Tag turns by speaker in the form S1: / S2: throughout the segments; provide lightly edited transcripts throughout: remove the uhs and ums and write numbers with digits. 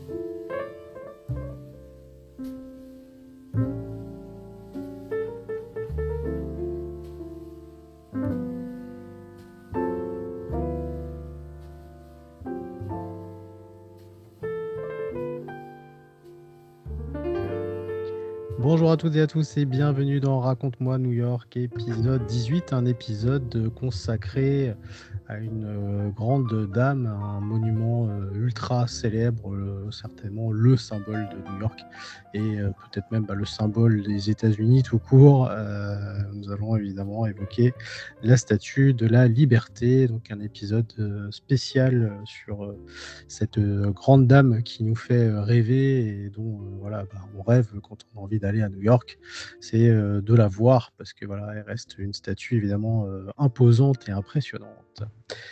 S1: Bonjour à toutes et à tous et bienvenue dans Raconte-moi New York, épisode 18, un épisode consacré à une grande dame, un monument ultra célèbre, certainement le symbole de New York et peut-être même le symbole des États-Unis tout court. Nous allons évidemment évoquer la Statue de la Liberté, donc un épisode spécial sur cette grande dame qui nous fait rêver et dont on rêve quand on a envie d'aller à New York, c'est de la voir parce que voilà, elle reste une statue évidemment imposante et impressionnante.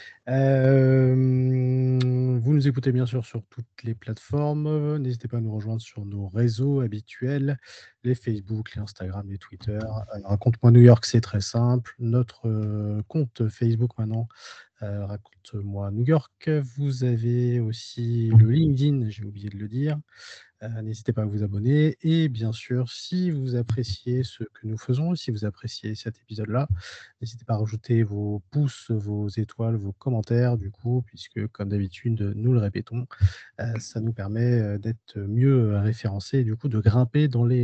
S1: Vous nous écoutez bien sûr sur toutes les plateformes. N'hésitez pas à nous rejoindre sur nos réseaux habituels, les Facebook, les Instagram, les Twitter. Raconte-moi New York, c'est très simple. Notre compte Facebook maintenant, Raconte-moi New York. Vous avez aussi le LinkedIn, j'ai oublié de le dire. N'hésitez pas à vous abonner et bien sûr, si vous appréciez ce que nous faisons, si vous appréciez cet épisode-là, n'hésitez pas à rajouter vos pouces, vos étoiles, vos commentaires du coup, puisque comme d'habitude, nous le répétons, ça nous permet d'être mieux référencés et du coup de grimper dans les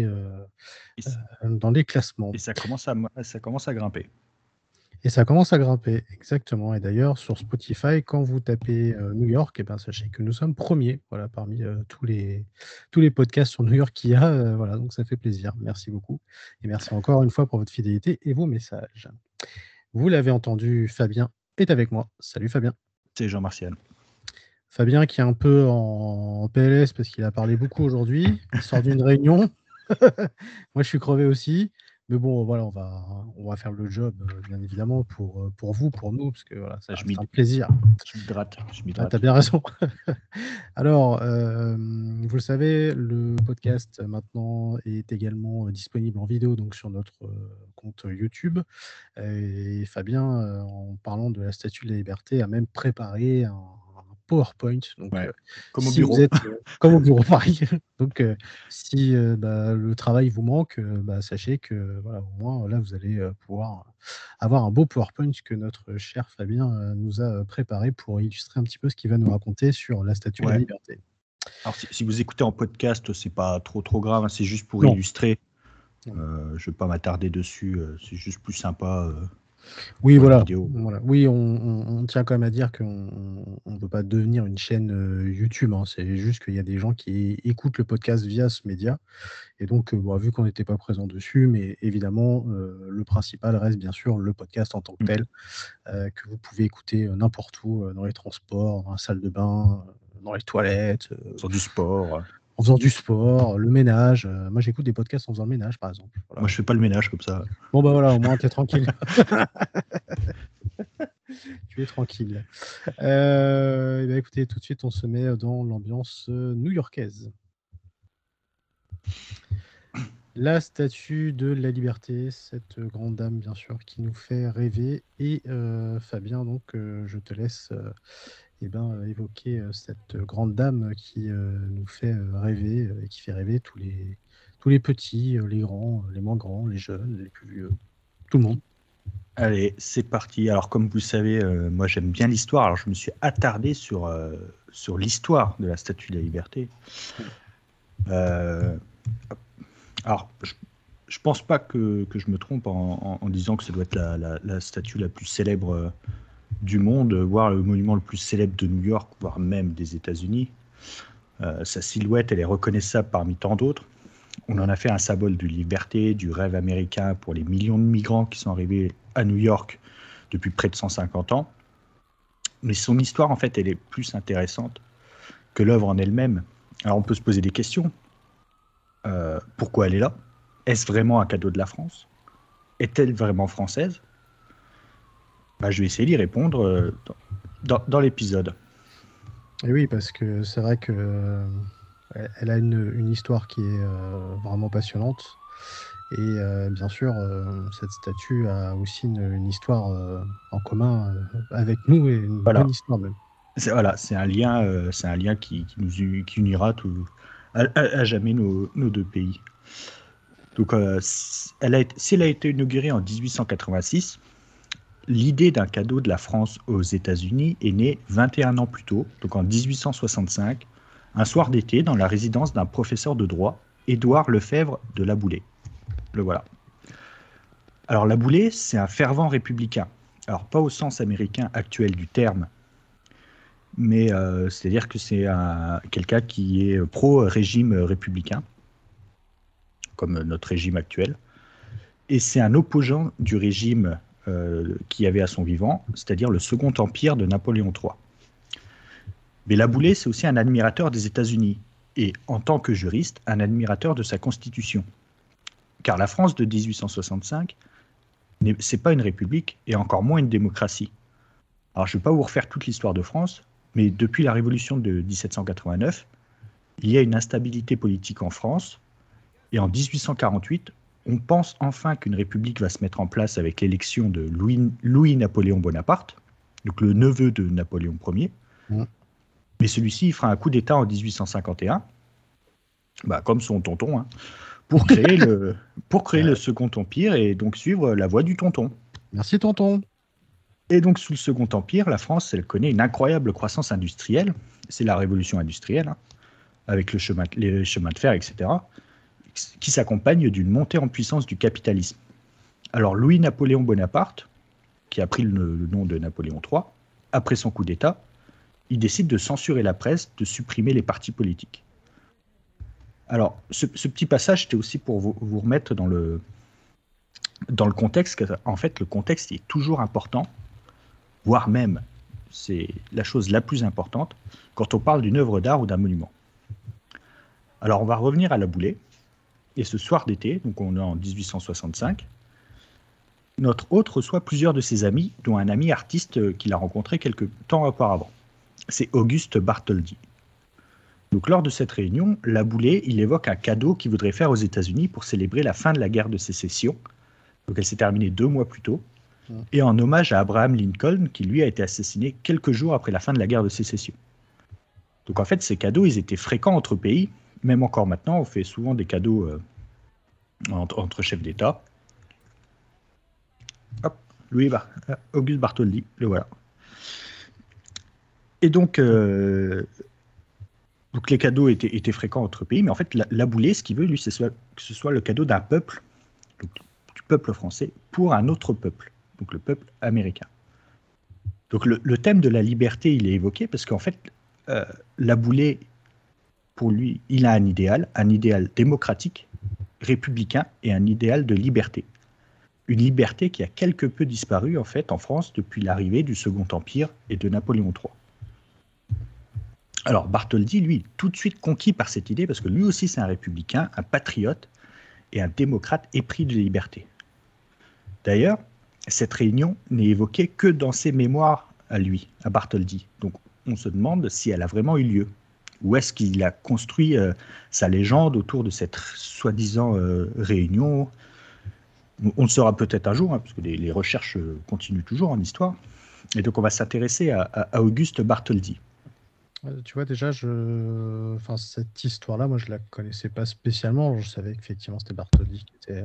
S1: classements.
S2: Et ça commence à grimper.
S1: Et ça commence à grimper, exactement. Et d'ailleurs, sur Spotify, quand vous tapez New York, sachez que nous sommes premiers, voilà, parmi tous les podcasts sur New York qu'il y a. Voilà, donc ça fait plaisir. Merci beaucoup. Et merci encore une fois pour votre fidélité et vos messages. Vous l'avez entendu, Fabien est avec moi. Salut Fabien.
S2: C'est Jean-Martial.
S1: Fabien qui est un peu en PLS parce qu'il a parlé beaucoup aujourd'hui. Il sort d'une réunion. Moi, je suis crevé aussi. Mais bon, voilà, on va faire le job, bien évidemment, pour vous, pour nous, parce que voilà, ça reste un plaisir.
S2: Je m'hydrate.
S1: Ah, t'as bien raison. Alors, vous le savez, le podcast maintenant est également disponible en vidéo donc sur notre compte YouTube. Et Fabien, en parlant de la Statue de la Liberté, a même préparé un PowerPoint. Donc,
S2: comme au
S1: si
S2: bureau.
S1: vous êtes comme au bureau Paris. Donc, si le travail vous manque, sachez que voilà, au moins là, vous allez pouvoir avoir un beau PowerPoint que notre cher Fabien nous a préparé pour illustrer un petit peu ce qu'il va nous raconter sur la Statue de la Liberté.
S2: Alors, si vous écoutez en podcast, c'est pas trop grave, hein, c'est juste pour illustrer. Je ne vais pas m'attarder dessus, c'est juste plus sympa.
S1: Oui, voilà. Oui, on tient quand même à dire qu'on ne veut pas devenir une chaîne YouTube. Hein. C'est juste qu'il y a des gens qui écoutent le podcast via ce média. Et donc, vu qu'on n'était pas présent dessus, mais évidemment, le principal reste bien sûr le podcast en tant que tel, que vous pouvez écouter n'importe où, dans les transports, dans la salle de bain, dans les toilettes.
S2: Sur du sport.
S1: En faisant du sport, le ménage. Moi, j'écoute des podcasts en faisant le ménage, par exemple. Voilà.
S2: Moi, je fais pas le ménage comme ça.
S1: Bon, voilà, au moins, t'es tranquille. Tu es tranquille. Écoutez, tout de suite, on se met dans l'ambiance new-yorkaise. La Statue de la Liberté, cette grande dame, bien sûr, qui nous fait rêver. Et Fabien, donc, je te laisse évoquer cette grande dame qui nous fait rêver et qui fait rêver tous les petits, les grands, les moins grands, les jeunes, les plus vieux, tout le monde.
S2: Allez, c'est parti. Alors, comme vous le savez, moi j'aime bien l'histoire. Alors, je me suis attardé sur l'histoire de la Statue de la Liberté. Alors, je pense pas que je me trompe en disant que ça doit être la statue la plus célèbre du monde, voire le monument le plus célèbre de New York, voire même des États-Unis. Sa silhouette, elle est reconnaissable parmi tant d'autres. On en a fait un symbole de liberté, du rêve américain pour les millions de migrants qui sont arrivés à New York depuis près de 150 ans. Mais son histoire, en fait, elle est plus intéressante que l'œuvre en elle-même. Alors, on peut se poser des questions. Pourquoi elle est là ? Est-ce vraiment un cadeau de la France ? Est-elle vraiment française ? Je vais essayer d'y répondre dans l'épisode.
S1: Et oui, parce que c'est vrai que elle a une histoire qui est vraiment passionnante. Et bien sûr, cette statue a aussi une histoire en commun avec nous et une bonne histoire même.
S2: C'est un lien qui unira à jamais nos deux pays. Donc, si elle a été inaugurée en 1886, l'idée d'un cadeau de la France aux États-Unis est née 21 ans plus tôt, donc en 1865, un soir d'été dans la résidence d'un professeur de droit, Édouard Lefebvre de Laboulaye. Le voilà. Alors Laboulaye, c'est un fervent républicain. Alors pas au sens américain actuel du terme, mais c'est-à-dire que c'est quelqu'un qui est pro-régime républicain, comme notre régime actuel. Et c'est un opposant du régime qu'il y avait à son vivant, c'est-à-dire le Second Empire de Napoléon III. Mais Laboulaye, c'est aussi un admirateur des États-Unis, et en tant que juriste, un admirateur de sa constitution. Car la France de 1865, c'est pas une république, et encore moins une démocratie. Alors je ne vais pas vous refaire toute l'histoire de France, mais depuis la Révolution de 1789, il y a une instabilité politique en France, et en 1848, on pense enfin qu'une république va se mettre en place avec l'élection de Louis-Napoléon Bonaparte, donc le neveu de Napoléon Ier. Mais celui-ci, il fera un coup d'État en 1851, comme son tonton, pour créer le Second Empire et donc suivre la voie du tonton.
S1: Merci tonton.
S2: Et donc sous le Second Empire, la France, elle connaît une incroyable croissance industrielle. C'est la révolution industrielle, avec les chemins de fer, etc., qui s'accompagne d'une montée en puissance du capitalisme. Alors Louis-Napoléon Bonaparte, qui a pris le nom de Napoléon III, après son coup d'État, il décide de censurer la presse, de supprimer les partis politiques. Alors, ce petit passage, c'était aussi pour vous remettre dans le contexte. En fait, le contexte est toujours important, voire même, c'est la chose la plus importante, quand on parle d'une œuvre d'art ou d'un monument. Alors, on va revenir à Laboulaye. Et ce soir d'été, donc on est en 1865, notre hôte reçoit plusieurs de ses amis, dont un ami artiste qu'il a rencontré quelques temps auparavant. C'est Auguste Bartholdi. Donc lors de cette réunion, Laboulaye, il évoque un cadeau qu'il voudrait faire aux États-Unis pour célébrer la fin de la guerre de sécession. Donc elle s'est terminée 2 mois plus tôt, et en hommage à Abraham Lincoln, qui lui a été assassiné quelques jours après la fin de la guerre de sécession. Donc en fait, ces cadeaux, ils étaient fréquents entre pays. Même encore maintenant, on fait souvent des cadeaux entre chefs d'État. Hop, Auguste Bartholdi, le voilà. Et donc les cadeaux étaient fréquents entre pays, mais en fait, Laboulaye, ce qu'il veut, lui, c'est que ce soit le cadeau d'un peuple, donc du peuple français, pour un autre peuple, donc le peuple américain. Donc le thème de la liberté, il est évoqué parce qu'en fait, Laboulaye, pour lui, il a un idéal démocratique, républicain et un idéal de liberté. Une liberté qui a quelque peu disparu en fait en France depuis l'arrivée du Second Empire et de Napoléon III. Alors Bartholdi, lui, tout de suite conquis par cette idée parce que lui aussi c'est un républicain, un patriote et un démocrate épris de liberté. D'ailleurs, cette réunion n'est évoquée que dans ses mémoires à lui, à Bartholdi. Donc on se demande si elle a vraiment eu lieu. Ou est-ce qu'il a construit sa légende autour de cette soi-disant réunion? On le saura peut-être un jour, parce que les recherches continuent toujours en histoire. Et donc on va s'intéresser à Auguste Bartholdi.
S1: Tu vois, déjà, cette histoire-là, moi, je la connaissais pas spécialement. Je savais qu'effectivement, c'était Bartholdi qui était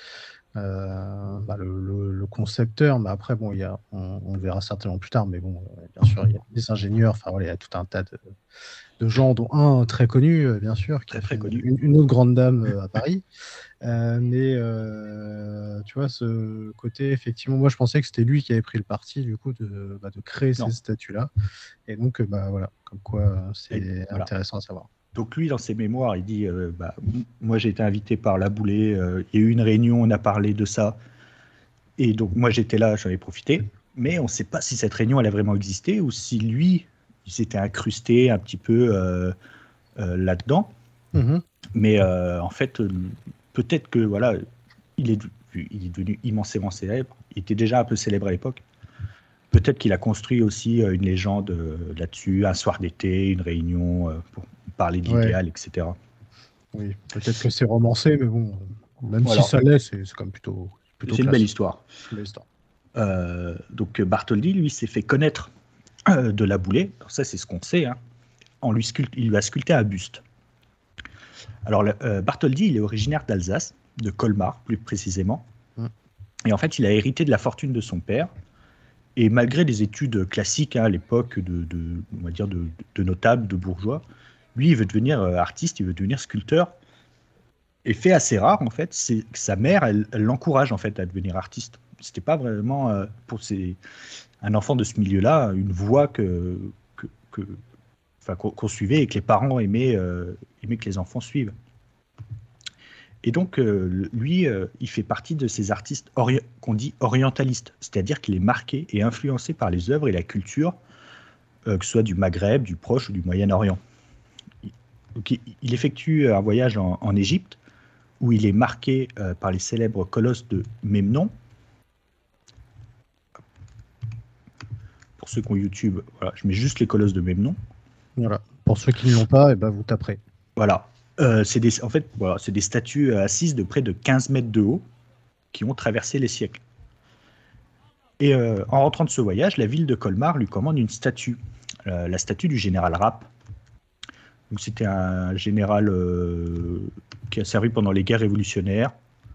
S1: le concepteur. Mais après, bon, on le verra certainement plus tard. Mais bon, bien sûr, il y a des ingénieurs. Enfin, voilà, il y a tout un tas de gens, dont un très connu, bien sûr, qui
S2: très connu.
S1: Une autre grande dame à Paris. Mais tu vois, ce côté, effectivement, moi je pensais que c'était lui qui avait pris le parti du coup de créer ces statues-là. Et donc, voilà, comme quoi c'est intéressant à savoir.
S2: Donc lui, dans ses mémoires, il dit moi j'ai été invité par Laboulaye, il y a eu une réunion, on a parlé de ça. Et donc moi j'étais là, j'en ai profité. Mais on ne sait pas si cette réunion elle a vraiment existé ou si lui, il s'était incrusté un petit peu là-dedans. Mais en fait, peut-être que voilà, il est devenu immensément célèbre. Il était déjà un peu célèbre à l'époque. Peut-être qu'il a construit aussi une légende là-dessus, un soir d'été, une réunion pour parler de l'idéal, etc.
S1: Oui, peut-être que c'est romancé, mais bon, même si ça l'est, c'est quand même plutôt
S2: c'est une belle histoire.
S1: Une belle histoire.
S2: Donc Bartholdi, lui, s'est fait connaître de La Boulée. Alors ça, c'est ce qu'on sait. Hein. Il lui a sculpté un buste. Alors, Bartholdi, il est originaire d'Alsace, de Colmar, plus précisément. Et en fait, il a hérité de la fortune de son père. Et malgré des études classiques à l'époque on va dire de notables, de bourgeois, lui, il veut devenir artiste, il veut devenir sculpteur. Et fait assez rare, en fait, c'est que sa mère, elle l'encourage en fait à devenir artiste. C'était pas vraiment pour un enfant de ce milieu-là une voie qu'on suivait et que les parents aimaient que les enfants suivent. Et donc, lui, il fait partie de ces artistes qu'on dit orientalistes, c'est-à-dire qu'il est marqué et influencé par les œuvres et la culture, que ce soit du Maghreb, du Proche ou du Moyen-Orient. Donc, il effectue un voyage en Égypte, où il est marqué par les célèbres colosses de Memnon. Pour ceux qui ont YouTube, voilà, je mets juste les colosses de Memnon.
S1: Voilà. Pour ceux qui ne l'ont pas, vous taperez.
S2: Voilà. C'est des statues assises de près de 15 mètres de haut qui ont traversé les siècles. Et en rentrant de ce voyage, la ville de Colmar lui commande une statue, la statue du général Rapp. Donc, c'était un général qui a servi pendant les guerres révolutionnaires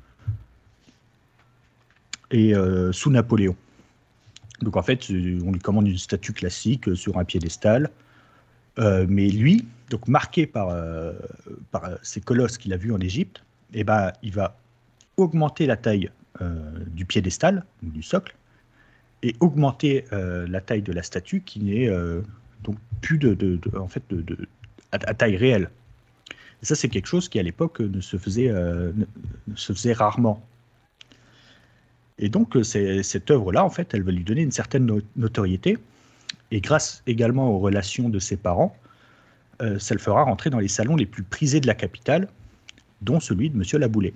S2: et sous Napoléon. Donc en fait, on lui commande une statue classique sur un piédestal. Mais lui, donc marqué par ces colosses qu'il a vus en Égypte, il va augmenter la taille du piédestal, du socle, et augmenter la taille de la statue qui n'est donc plus à taille réelle. Et ça, c'est quelque chose qui, à l'époque, se faisait rarement. Et donc, cette œuvre-là, en fait, elle va lui donner une certaine notoriété. Et grâce également aux relations de ses parents, ça le fera rentrer dans les salons les plus prisés de la capitale, dont celui de Monsieur Laboulé.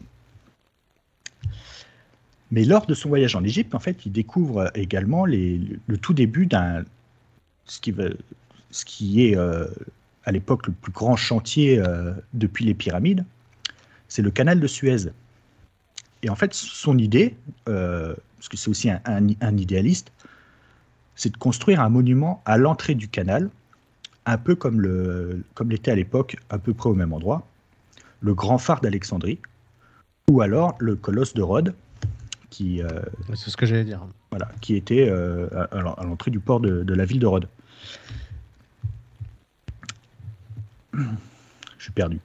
S2: Mais lors de son voyage en Égypte, en fait, il découvre également le tout début ce qui est à l'époque le plus grand chantier depuis les pyramides, c'est le canal de Suez. Et en fait, son idée, parce que c'est aussi un idéaliste, c'est de construire un monument à l'entrée du canal, un peu comme l'était à l'époque, à peu près au même endroit, le grand phare d'Alexandrie, ou alors le colosse de Rhodes, c'est
S1: ce que j'allais dire.
S2: Voilà, qui était à l'entrée du port de la ville de Rhodes. Je suis perdu.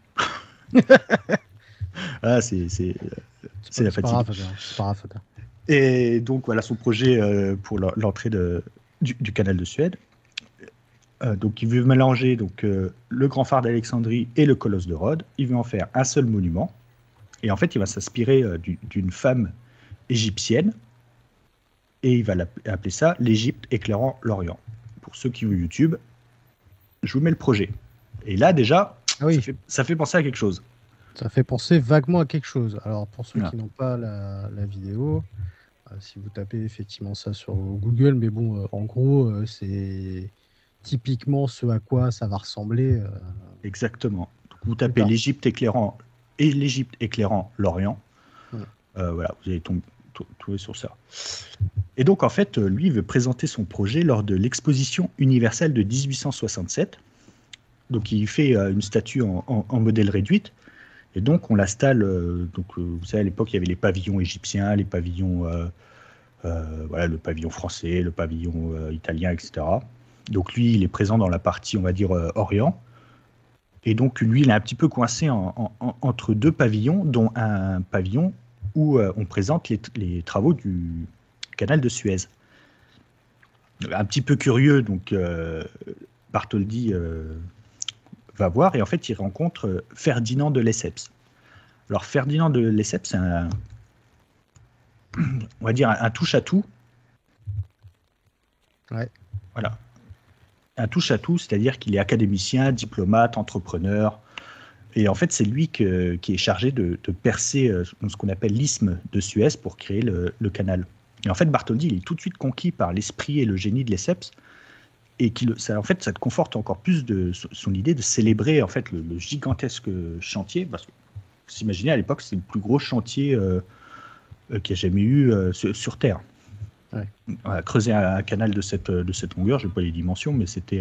S2: Ah, c'est la fatigue.
S1: C'est pas grave.
S2: Et donc voilà son projet pour l'entrée du canal de Suez. Donc il veut mélanger le grand phare d'Alexandrie et le colosse de Rhodes. Il veut en faire un seul monument. Et en fait, il va s'inspirer d'une femme égyptienne. Et il va appeler ça l'Égypte éclairant l'Orient. Pour ceux qui ont YouTube, je vous mets le projet. Et là, déjà, ça fait penser à quelque chose.
S1: Ça fait penser vaguement à quelque chose. Alors, pour ceux qui n'ont pas la vidéo, si vous tapez effectivement ça sur Google, mais bon, en gros, c'est typiquement ce à quoi ça va ressembler.
S2: Exactement. Donc, vous tapez l'Égypte éclairant l'Orient. Voilà, vous allez trouver sur ça. Et donc, en fait, lui, il veut présenter son projet lors de l'exposition universelle de 1867. Donc, il fait une statue en modèle réduite. Et donc, on l'installe. Vous savez, à l'époque, il y avait les pavillons égyptiens, les pavillons, le pavillon français, le pavillon italien, etc. Donc, lui, il est présent dans la partie, on va dire, Orient. Et donc, lui, il est un petit peu coincé entre deux pavillons, dont un pavillon où on présente les travaux du canal de Suez. Un petit peu curieux, donc, Bartholdi va voir, et en fait, il rencontre Ferdinand de Lesseps. Alors, Ferdinand de Lesseps, c'est on va dire un touche-à-tout.
S1: Ouais.
S2: Voilà. Un touche-à-tout, c'est-à-dire qu'il est académicien, diplomate, entrepreneur. Et en fait, c'est lui qui est chargé de percer ce qu'on appelle l'isthme de Suez pour créer le canal. Et en fait, Bartholdi, il est tout de suite conquis par l'esprit et le génie de Lesseps. Et ça te conforte encore plus de son idée de célébrer en fait le gigantesque chantier, parce que vous imaginez à l'époque c'est le plus gros chantier qu'il y a jamais eu sur Terre. Voilà, creuser un canal de cette longueur, je n'ai pas les dimensions, mais c'était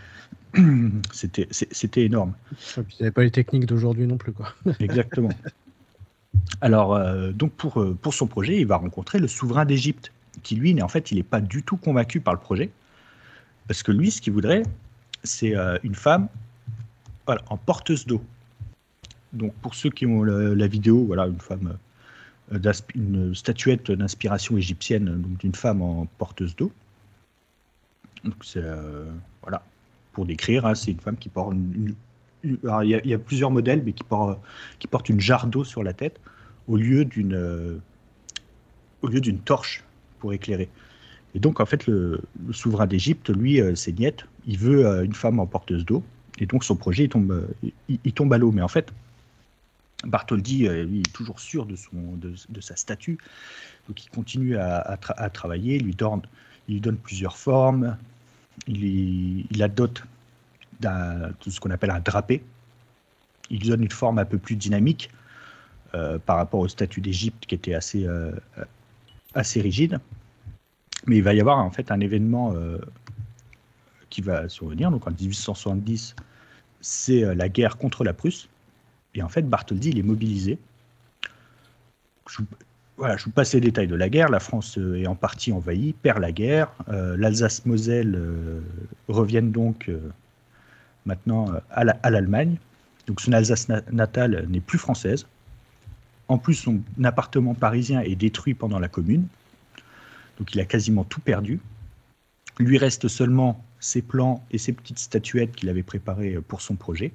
S2: énorme.
S1: Et puis, il n'y avait pas les techniques d'aujourd'hui non plus, quoi.
S2: Exactement. Alors, donc pour son projet, il va rencontrer le souverain d'Égypte, qui lui, en fait, il n'est pas du tout convaincu par le projet, parce que lui, ce qu'il voudrait, c'est une femme en porteuse d'eau. Donc, pour ceux qui ont la vidéo, voilà, une femme, une statuette d'inspiration égyptienne, donc d'une femme en porteuse d'eau. Donc, c'est voilà, pour décrire, hein, c'est une femme qui porte alors, il y a plusieurs modèles, mais qui porte une jarre d'eau sur la tête au lieu d'une torche pour éclairer. Et donc, en fait, le souverain d'Égypte, lui, c'est niet. Il veut une femme en porteuse d'eau. Et donc, son projet, il tombe à l'eau. Mais en fait, Bartholdi, lui, est toujours sûr de sa statue. Donc, il continue à travailler. Il lui donne plusieurs formes. Il la dote de ce qu'on appelle un drapé. Il lui donne une forme un peu plus dynamique par rapport aux statues d'Égypte qui étaient assez rigide. Mais il va y avoir en fait un événement qui va survenir. Donc en 1870, c'est la guerre contre la Prusse. Et en fait, Bartholdi, il est mobilisé. Je vous passe les détails de la guerre. La France est en partie envahie, perd la guerre. L'Alsace-Moselle reviennent donc maintenant à l'Allemagne. Donc son Alsace natale n'est plus française. En plus, son appartement parisien est détruit pendant la Commune. Donc il a quasiment tout perdu. Lui reste seulement ses plans et ses petites statuettes qu'il avait préparées pour son projet.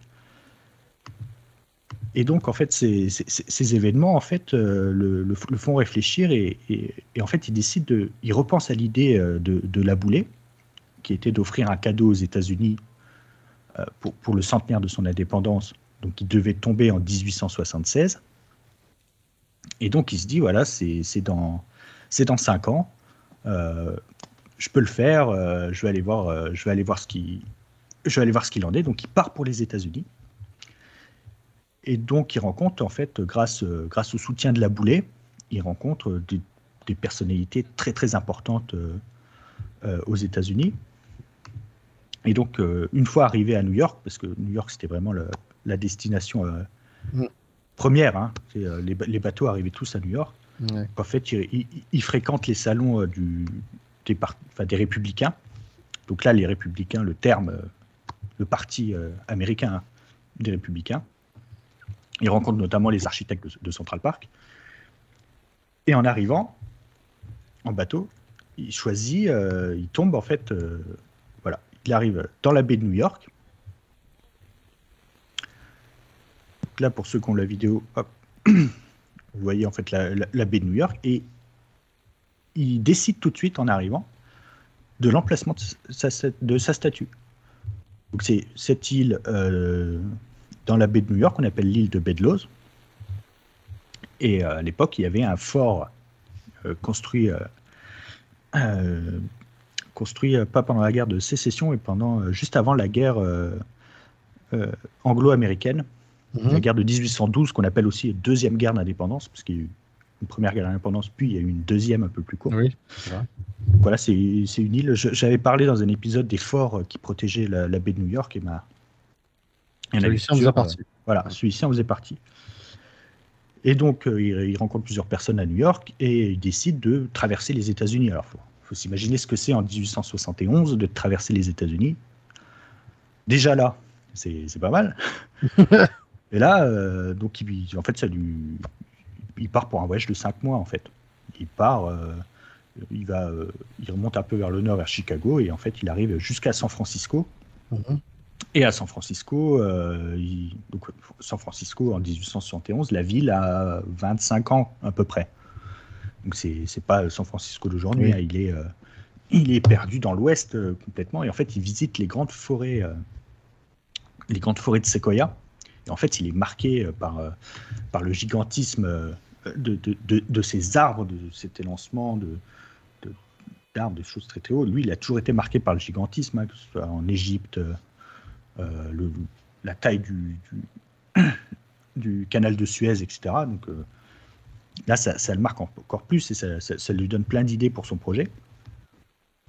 S2: Et donc en fait ces événements en fait le font réfléchir et en fait il repense à l'idée de Laboulaye, qui était d'offrir un cadeau aux États-Unis pour le centenaire de son indépendance, donc qui devait tomber en 1876. Et donc il se dit voilà, c'est dans 5 ans. Je peux le faire. Je vais aller voir ce qu'il en est. Donc il part pour les États-Unis. Et donc il rencontre en fait grâce au soutien de Laboulaye, il rencontre des personnalités très très importantes aux États-Unis. Et donc une fois arrivé à New York, parce que New York c'était vraiment la destination première, hein, les bateaux arrivaient tous à New York. Ouais. En fait, il fréquente les salons des républicains. Donc là, les républicains, le parti américain des républicains. Il rencontre notamment les architectes de Central Park. Et en arrivant en bateau, il tombe en fait, voilà, il arrive dans la baie de New York. Donc là, pour ceux qui ont la vidéo, hop, vous voyez en fait la baie de New York, et il décide tout de suite en arrivant de l'emplacement de sa statue. Donc c'est cette île dans la baie de New York qu'on appelle l'île de Bedloes. Et à l'époque, il y avait un fort construit pas pendant la guerre de sécession, mais juste avant la guerre anglo-américaine. La guerre de 1812, qu'on appelle aussi deuxième guerre d'indépendance, parce qu'il y a eu une première guerre d'indépendance, puis il y a eu une deuxième un peu plus courte. Oui, c'est vrai. Voilà, c'est une île. j'avais parlé dans un épisode des forts qui protégeaient la baie de New York. Et
S1: celui-ci en faisait partie.
S2: Voilà, celui-ci en faisait partie. Et donc, il rencontre plusieurs personnes à New York et il décide de traverser les États-Unis. Alors, il faut s'imaginer ce que c'est en 1871 de traverser les États-Unis. Déjà là, c'est pas mal. Et là, donc, en fait, il part pour un voyage de 5 mois, en fait. Il part, il remonte un peu vers le nord, vers Chicago, et en fait, il arrive jusqu'à San Francisco. Et à San Francisco, San Francisco, en 1871, la ville a 25 ans, à peu près. Donc, c'est pas San Francisco d'aujourd'hui, oui. Hein, il est perdu dans l'ouest complètement, et en fait, il visite les grandes forêts de séquoia. Et en fait, il est marqué par le gigantisme de ces arbres, de cet élancement d'arbres, de choses très très hautes. Lui, il a toujours été marqué par le gigantisme, hein, que ce soit en Égypte, la taille du canal de Suez, etc. Donc là, ça le marque encore plus et ça lui donne plein d'idées pour son projet.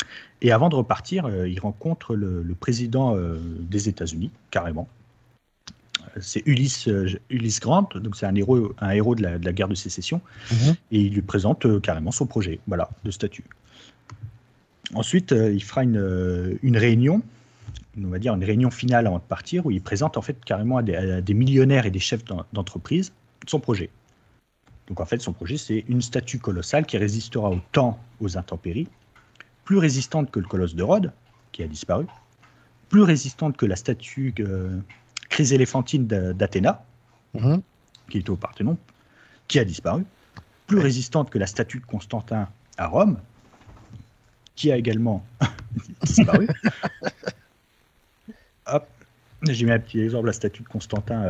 S2: Et avant de repartir, il rencontre le président des États-Unis, carrément. C'est Ulysse Grant, donc c'est un héros de la guerre de sécession, et il lui présente carrément son projet, voilà, de statue. Ensuite, il fera une réunion, on va dire une réunion finale avant de partir, où il présente en fait carrément à des millionnaires et des chefs d'entreprise son projet. Donc en fait, son projet, c'est une statue colossale qui résistera au temps, aux intempéries, plus résistante que le colosse de Rhodes, qui a disparu, plus résistante que la statue chryséléphantine d'Athéna, qui était au Parthénon, qui a disparu, plus résistante que la statue de Constantin à Rome, qui a également disparu. Hop, j'ai mis un petit exemple, la statue de Constantin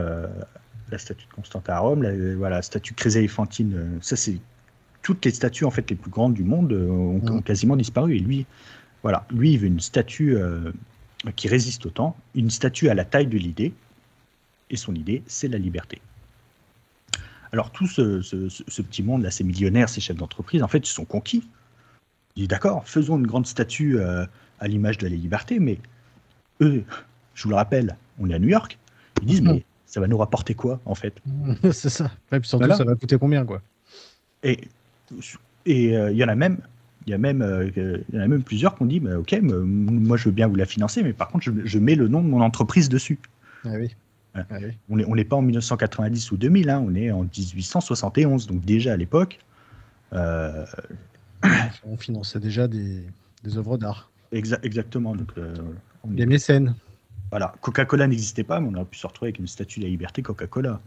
S2: à Rome, la statue chryséléphantine, ça c'est toutes les statues en fait les plus grandes du monde ont quasiment disparu. Et lui, il veut une statue qui résiste au temps, une statue à la taille de l'idée. Et son idée, c'est la liberté. Alors tout ce petit monde là, ces millionnaires, ces chefs d'entreprise, en fait, ils sont conquis. Ils disent d'accord, faisons une grande statue à l'image de la liberté, mais eux, je vous le rappelle, on est à New York. Ils disent mais ça va nous rapporter quoi en fait?
S1: C'est ça. Et puis surtout, ça va coûter combien quoi? Et
S2: il y en a même plusieurs qui ont dit bah, ok, moi je veux bien vous la financer, mais par contre je mets le nom de mon entreprise dessus.
S1: Ah oui.
S2: Ah oui. On n'est pas en 1990 ou 2000, on est en 1871, donc déjà à l'époque.
S1: On finançait déjà des œuvres d'art.
S2: Exactement. Donc,
S1: des mécènes.
S2: Voilà, Coca-Cola n'existait pas, mais on aurait pu se retrouver avec une statue de la liberté Coca-Cola.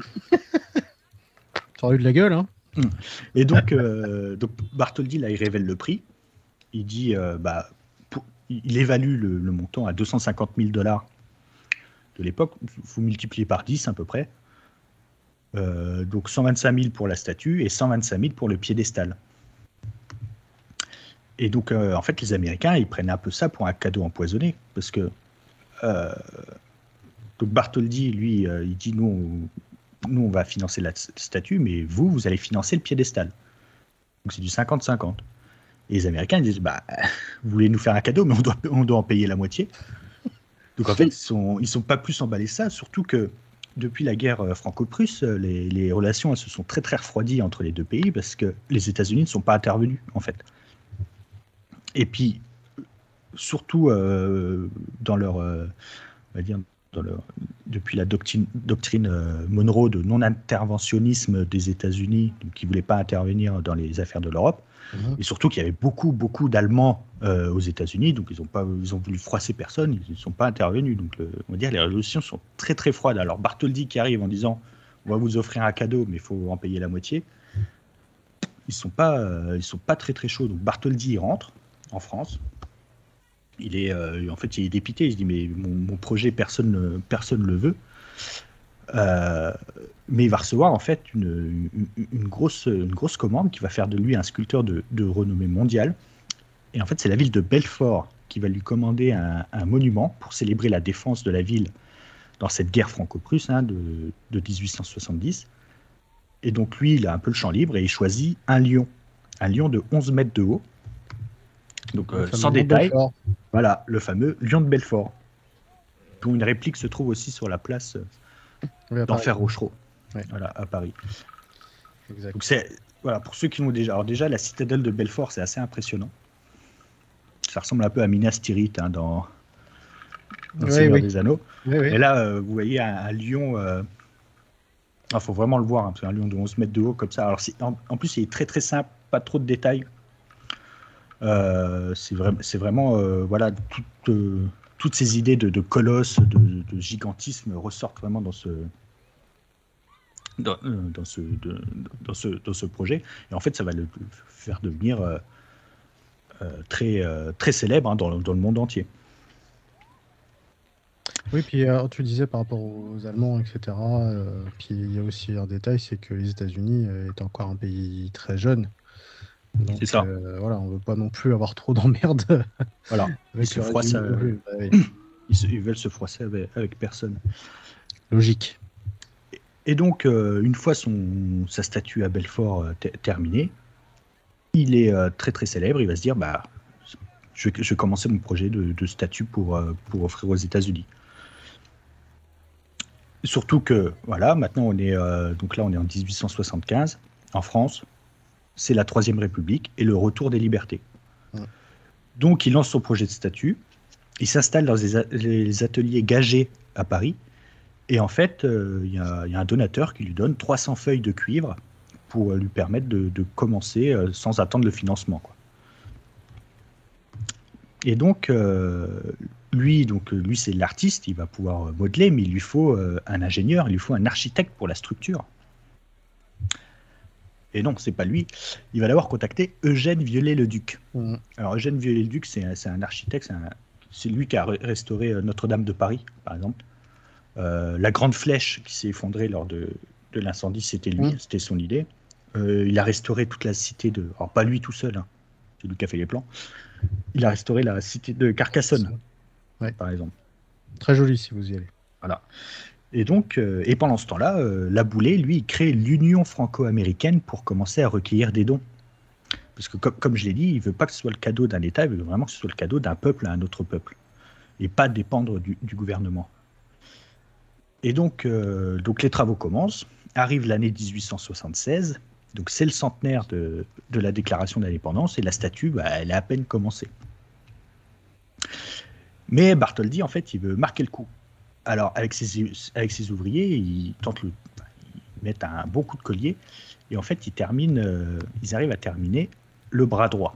S1: Ça aurait eu de la gueule, hein.
S2: Et donc Bartholdi, là, il révèle le prix. Il dit, il évalue le montant à $250 000 de l'époque. Il faut multiplier par 10 à peu près. Donc 125 000 pour la statue et 125 000 pour le piédestal. Et donc, en fait, les Américains, ils prennent un peu ça pour un cadeau empoisonné. Parce que donc Bartholdi, lui, il dit nous, on va financer la statue, mais vous allez financer le piédestal. Donc c'est du 50-50. Et les Américains, ils disent vous voulez nous faire un cadeau, mais on doit en payer la moitié. Donc en fait, ils sont pas plus emballés que ça, surtout que depuis la guerre franco-prusse, les relations elles se sont très très refroidies entre les deux pays parce que les États-Unis ne sont pas intervenus en fait. Et puis surtout dans leur, on va dire, depuis la doctrine Monroe de non-interventionnisme des États-Unis, donc qui ne voulaient pas intervenir dans les affaires de l'Europe, et surtout qu'il y avait beaucoup d'Allemands aux États-Unis, donc ils ont voulu froisser personne, ils ne sont pas intervenus. Donc on va dire les relations sont très très froides. Alors Bartholdi qui arrive en disant on va vous offrir un cadeau, mais il faut en payer la moitié. Ils sont pas très très chauds. Donc Bartholdi il rentre en France. Il est dépité. Il se dit mais mon projet personne le veut. Mais il va recevoir en fait une grosse commande qui va faire de lui un sculpteur de renommée mondiale. Et en fait, c'est la ville de Belfort qui va lui commander un monument pour célébrer la défense de la ville dans cette guerre franco-prusse de 1870. Et donc lui, il a un peu le champ libre et il choisit un lion de 11 mètres de haut. Donc sans détail, voilà, le fameux lion de Belfort, dont une réplique se trouve aussi sur la place d'Enfer Rochereau, voilà, à Paris. Exact. Donc voilà, pour ceux qui l'ont déjà. Alors déjà, la citadelle de Belfort, c'est assez impressionnant. Ça ressemble un peu à Minas Tirith dans le Seigneur des Anneaux. Et là, vous voyez un lion. Il faut vraiment le voir, c'est un lion de 11 mètres de haut comme ça. Alors en plus, il est très très simple, pas trop de détails. C'est vraiment voilà, toutes ces idées de colosse, de gigantisme ressortent vraiment dans ce projet. Et en fait, ça va le faire devenir très, très célèbre dans le monde entier.
S1: Oui, puis tu disais par rapport aux Allemands, etc. Puis il y a aussi un détail, c'est que les États-Unis est encore un pays très jeune. Donc,
S2: c'est ça.
S1: Voilà, on veut pas non plus avoir trop d'emmerdes.
S2: Voilà. Ils veulent se froisser avec personne.
S1: Logique.
S2: Et donc, une fois sa statue à Belfort terminée, il est très très célèbre. Il va se dire, je vais commencer mon projet de statue pour offrir aux États-Unis. Surtout que, voilà, maintenant on est en 1875, en France, c'est la Troisième République et le retour des libertés. Donc il lance son projet de statue, il s'installe dans les ateliers Gagé à Paris, et en fait, il y a un donateur qui lui donne 300 feuilles de cuivre pour lui permettre de commencer sans attendre le financement, quoi. Et donc, lui, c'est l'artiste, il va pouvoir modeler, mais il lui faut un ingénieur, il lui faut un architecte pour la structure. Et non, c'est pas lui. Il va d'abord contacter Eugène Viollet-le-Duc. Alors, Eugène Viollet-le-Duc, c'est un architecte, c'est lui qui a restauré Notre-Dame de Paris, par exemple. La grande flèche qui s'est effondrée lors de l'incendie, c'était lui, c'était son idée. Il a restauré toute la cité de... Alors, pas lui tout seul, hein. C'est lui qui a fait les plans. Il a restauré la cité de Carcassonne, par exemple.
S1: Très joli si vous y allez.
S2: Voilà. Et donc, et pendant ce temps-là, Laboulaye, lui, il crée l'Union franco-américaine pour commencer à recueillir des dons. Parce que, comme je l'ai dit, il ne veut pas que ce soit le cadeau d'un État, il veut vraiment que ce soit le cadeau d'un peuple à un autre peuple. Et pas dépendre du gouvernement. Et donc les travaux commencent. Arrive l'année 1876. Donc c'est le centenaire de la déclaration d'indépendance et la statue, elle a à peine commencé. Mais Bartholdi, en fait, il veut marquer le coup. Alors avec ses ouvriers, ils mettent un bon coup de collier et en fait ils arrivent à terminer le bras droit.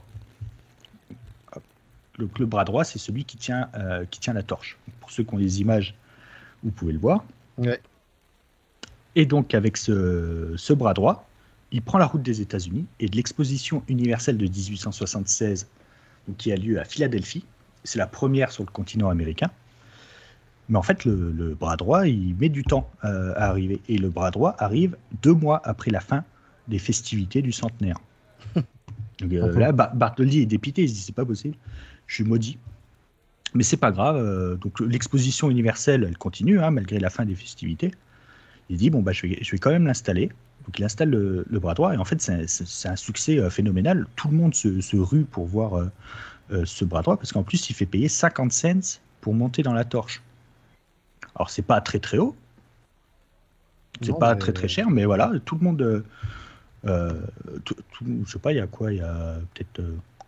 S2: Le bras droit, c'est celui qui tient la torche. Pour ceux qui ont les images, vous pouvez le voir.
S1: Ouais.
S2: Et donc avec ce bras droit, il prend la route des États-Unis et de l'exposition universelle de 1876, donc, qui a lieu à Philadelphie. C'est la première sur le continent américain. Mais en fait, le bras droit, il met du temps à arriver. Et le bras droit arrive 2 mois après la fin des festivités du centenaire. Donc, là, Bartholdi est dépité, il se dit c'est pas possible, je suis maudit. Mais c'est pas grave. Donc l'exposition universelle, elle continue, hein, malgré la fin des festivités. Il dit je vais quand même l'installer. Donc il installe le bras droit et en fait c'est un succès phénoménal. Tout le monde se rue pour voir ce bras droit parce qu'en plus il fait payer 50 cents pour monter dans la torche. Alors c'est pas très très haut, très très cher, mais voilà, tout le monde, je sais pas, il y a quoi, il y a peut-être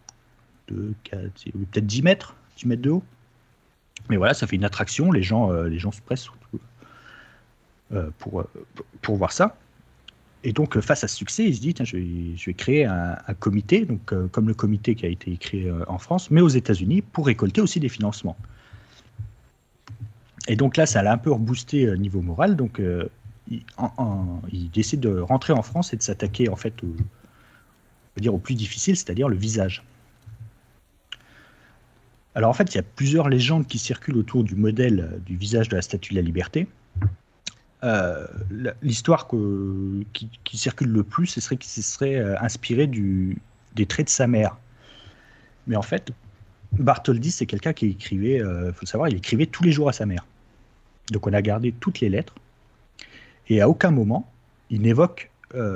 S2: 10 mètres de haut. Mais voilà, ça fait une attraction, les gens se pressent pour voir ça. Et donc, face à ce succès, il se dit, tiens, je vais créer un comité, donc, comme le comité qui a été créé en France, mais aux États-Unis, pour récolter aussi des financements. Et donc là, ça l'a un peu reboosté niveau moral. Donc, il décide de rentrer en France et de s'attaquer en fait au plus difficile, c'est-à-dire le visage. Alors en fait, il y a plusieurs légendes qui circulent autour du modèle du visage de la Statue de la Liberté. L'histoire qui circule le plus, ce serait qu'il se serait inspiré des traits de sa mère. Mais en fait, Bartholdi, c'est quelqu'un qui écrivait, faut le savoir, il écrivait tous les jours à sa mère. Donc on a gardé toutes les lettres. Et à aucun moment, il n'évoque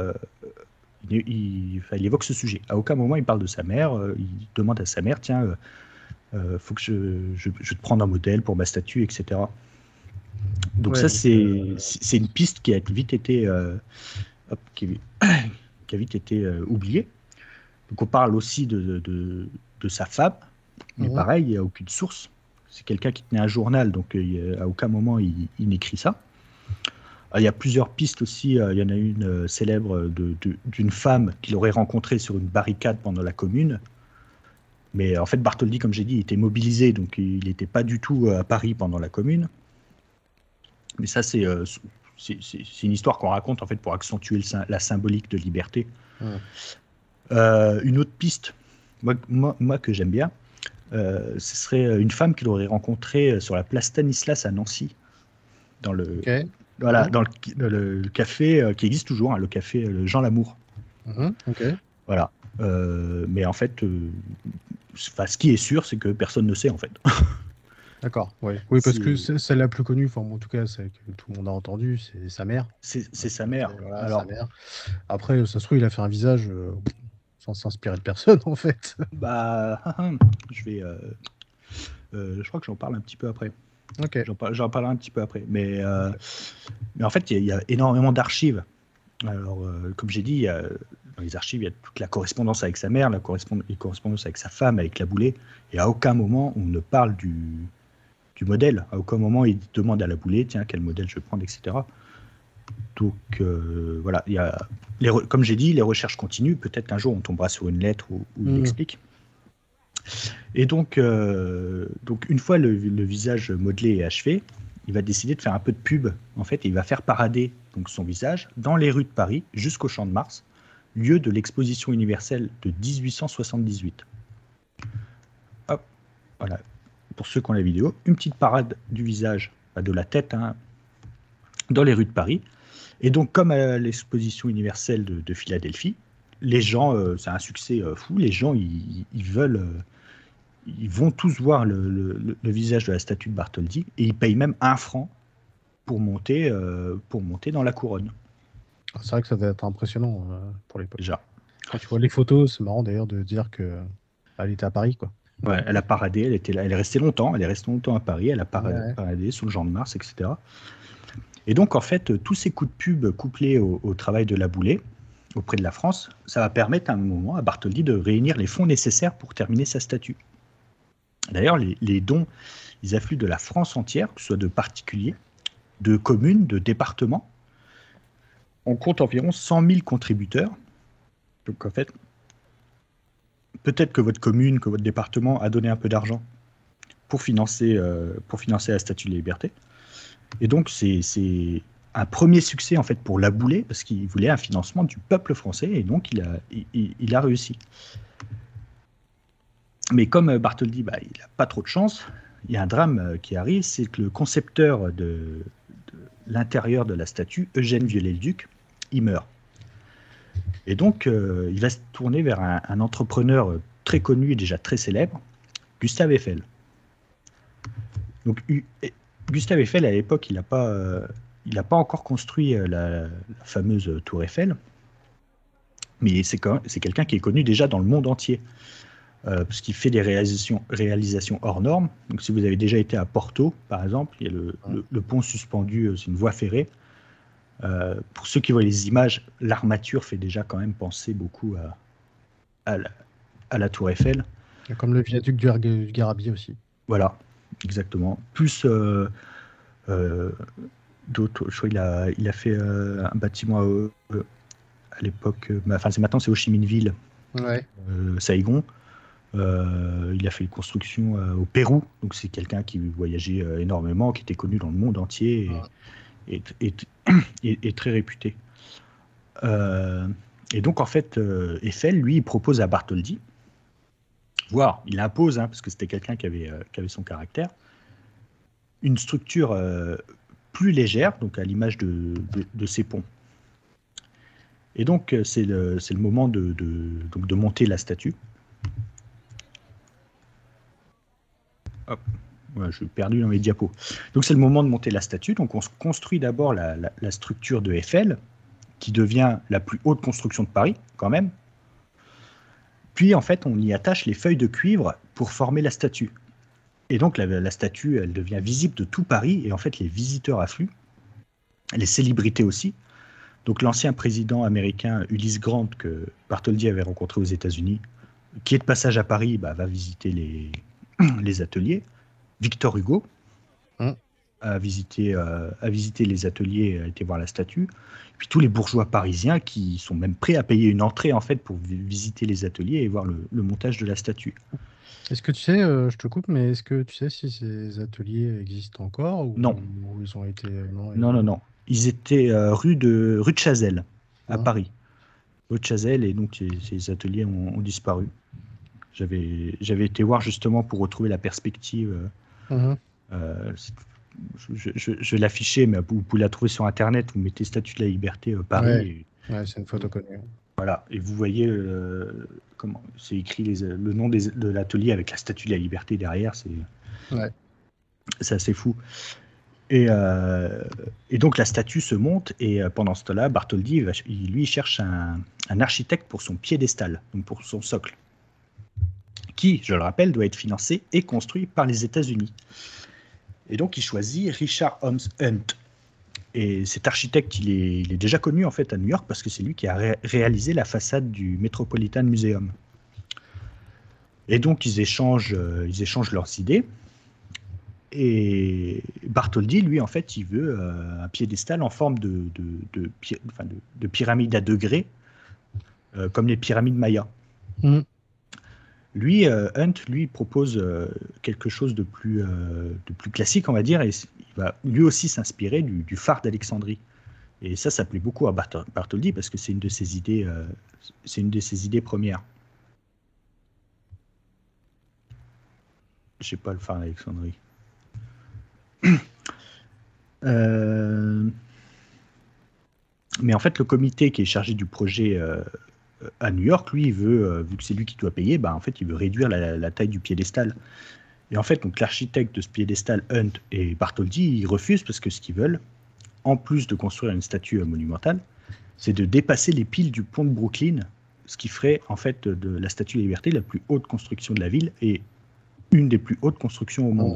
S2: il évoque ce sujet. À aucun moment, il parle de sa mère. Il demande à sa mère, tiens, faut que je te prenne un modèle pour ma statue, etc. Donc ça, c'est une piste qui a vite été, qui a vite été oubliée. Donc on parle aussi de sa femme, mais pareil, il n'y a aucune source. C'est quelqu'un qui tenait un journal, donc à aucun moment il n'écrit ça. Il y a plusieurs pistes aussi. Il y en a une célèbre d'une femme qu'il aurait rencontrée sur une barricade pendant la Commune. Mais en fait, Bartholdi, comme j'ai dit, il était mobilisé, donc il n'était pas du tout à Paris pendant la Commune. Mais ça, c'est une histoire qu'on raconte en fait pour accentuer la symbolique de liberté. Une autre piste, moi que j'aime bien, ce serait une femme qu'il aurait rencontrée sur la place Stanislas à Nancy, dans le café qui existe toujours, hein, le café Jean Lamour. Voilà. Mais en fait, ce qui est sûr, c'est que personne ne sait en fait.
S1: D'accord, ouais. Oui, parce que celle la plus connue, en tout cas, celle que tout le monde a entendue, c'est sa mère.
S2: C'est sa mère.
S1: Voilà, sa mère. Après, ça se trouve, il a fait un visage. sans s'inspirer de personne en fait.
S2: Bah, je crois que j'en parle un petit peu après.
S1: Ok.
S2: J'en parlerai un petit peu après. Mais en fait, il y a énormément d'archives. Alors, comme j'ai dit, dans les archives, il y a toute la correspondance avec sa mère, les correspondances avec sa femme, avec Laboulé. Et à aucun moment, on ne parle du modèle. À aucun moment, il demande à Laboulé, tiens, quel modèle je vais prendre, etc. Donc, voilà. Comme j'ai dit, les recherches continuent. Peut-être qu'un jour, on tombera sur une lettre où il explique. Et donc, une fois le visage modelé et achevé, il va décider de faire un peu de pub. En fait, il va faire parader donc, son visage dans les rues de Paris jusqu'au Champ de Mars, lieu de l'exposition universelle de 1878. Hop, voilà. Pour ceux qui ont la vidéo, une petite parade du visage, de la tête, dans les rues de Paris. Et donc, comme à l'exposition universelle de Philadelphie, les gens, c'est un succès fou, les gens, ils veulent... ils vont tous voir le visage de la statue de Bartholdi et ils payent même 1 franc pour monter dans la couronne.
S1: C'est vrai que ça doit être impressionnant pour l'époque.
S2: Déjà.
S1: Quand tu vois les photos, c'est marrant d'ailleurs de dire qu'elle était à Paris, quoi.
S2: Ouais, elle a paradé, elle était là, elle est restée longtemps à Paris, elle a paradé sur le Champ de Mars, etc. Et donc en fait, tous ces coups de pub couplés au travail de Laboulé auprès de la France, ça va permettre à un moment à Bartholdi de réunir les fonds nécessaires pour terminer sa statue. D'ailleurs, les dons, ils affluent de la France entière, que ce soit de particuliers, de communes, de départements. On compte environ 100 000 contributeurs. Donc en fait, peut-être que votre commune, que votre département a donné un peu d'argent pour financer la Statue de la Liberté. Et donc c'est un premier succès en fait pour Laboulé, parce qu'il voulait un financement du peuple français, et donc il a réussi. Mais comme Bartholdi, il n'a pas trop de chance, il y a un drame qui arrive, c'est que le concepteur de l'intérieur de la statue, Eugène Viollet-le-Duc, il meurt. Et donc, il va se tourner vers un entrepreneur très connu et déjà très célèbre, Gustave Eiffel. Donc, Gustave Eiffel, à l'époque, il n'a pas encore construit la fameuse tour Eiffel, mais c'est quelqu'un qui est connu déjà dans le monde entier. Parce qu'il fait des réalisations hors normes. Donc, si vous avez déjà été à Porto, par exemple, il y a le pont suspendu, c'est une voie ferrée. Pour ceux qui voient les images, l'armature fait déjà quand même penser beaucoup à la tour Eiffel.
S1: Comme le viaduc du Garabier aussi.
S2: Voilà, exactement. Plus d'autres, je crois il a fait un bâtiment à l'époque, maintenant c'est Ho Chi Minh Ville, Saigon. Il a fait une construction au Pérou, donc c'est quelqu'un qui voyageait énormément, qui était connu dans le monde entier et très réputé. Et donc en fait, Eiffel, lui, il propose à Bartholdi, voire il impose, parce que c'était quelqu'un qui avait son caractère, une structure plus légère, donc à l'image de ces ponts. Et donc c'est le moment de monter la statue. Hop. Ouais, je suis perdu dans mes diapos. Donc c'est le moment de monter la statue. Donc on se construit d'abord la structure de Eiffel, qui devient la plus haute construction de Paris, quand même. Puis en fait, on y attache les feuilles de cuivre pour former la statue. Et donc la statue, elle devient visible de tout Paris, et en fait les visiteurs affluent, les célébrités aussi. Donc l'ancien président américain Ulysse Grant, que Bartholdi avait rencontré aux États-Unis, qui est de passage à Paris, va visiter les ateliers. Victor Hugo a visité les ateliers, a été voir la statue. Puis tous les bourgeois parisiens qui sont même prêts à payer une entrée en fait pour visiter les ateliers et voir le montage de la statue.
S1: Est-ce que tu sais, je te coupe, mais est-ce que tu sais si ces ateliers existent encore ou
S2: Non.
S1: Ils ont été
S2: Non. Ils étaient rue de Chazelles à Paris. Rue de Chazelles, et donc ces ateliers ont disparu. J'avais été voir justement pour retrouver la perspective. Je vais l'afficher, mais vous pouvez la trouver sur Internet. Vous mettez Statue de la Liberté Paris.
S1: Ouais, c'est une photo connue.
S2: Voilà, et vous voyez comment c'est écrit le nom de l'atelier avec la Statue de la Liberté derrière. C'est assez fou. Et donc la statue se monte, et pendant ce temps-là, Bartholdi, lui, cherche un architecte pour son piédestal, donc pour son socle, qui, je le rappelle, doit être financé et construit par les États-Unis. Et donc il choisit Richard Holmes Hunt. Et cet architecte, il est déjà connu en fait à New York parce que c'est lui qui a réalisé la façade du Metropolitan Museum. Et donc ils échangent leurs idées. Et Bartholdi, lui, en fait, il veut un piédestal en forme de pyramide à degrés, comme les pyramides mayas.
S1: Mmh.
S2: Lui, Hunt, lui, propose quelque chose de plus classique, on va dire, et il va lui aussi s'inspirer du phare d'Alexandrie. Et ça plaît beaucoup à Bartholdi parce que c'est une de ses idées premières. Je sais pas le phare d'Alexandrie. Mais en fait, le comité qui est chargé du projet à New York, lui, il veut, vu que c'est lui qui doit payer, en fait, il veut réduire la taille du piédestal. Et en fait, donc l'architecte de ce piédestal, Hunt et Bartholdi, ils refusent parce que ce qu'ils veulent, en plus de construire une statue monumentale, c'est de dépasser les piles du pont de Brooklyn, ce qui ferait en fait de la Statue de la Liberté la plus haute construction de la ville et une des plus hautes constructions au monde.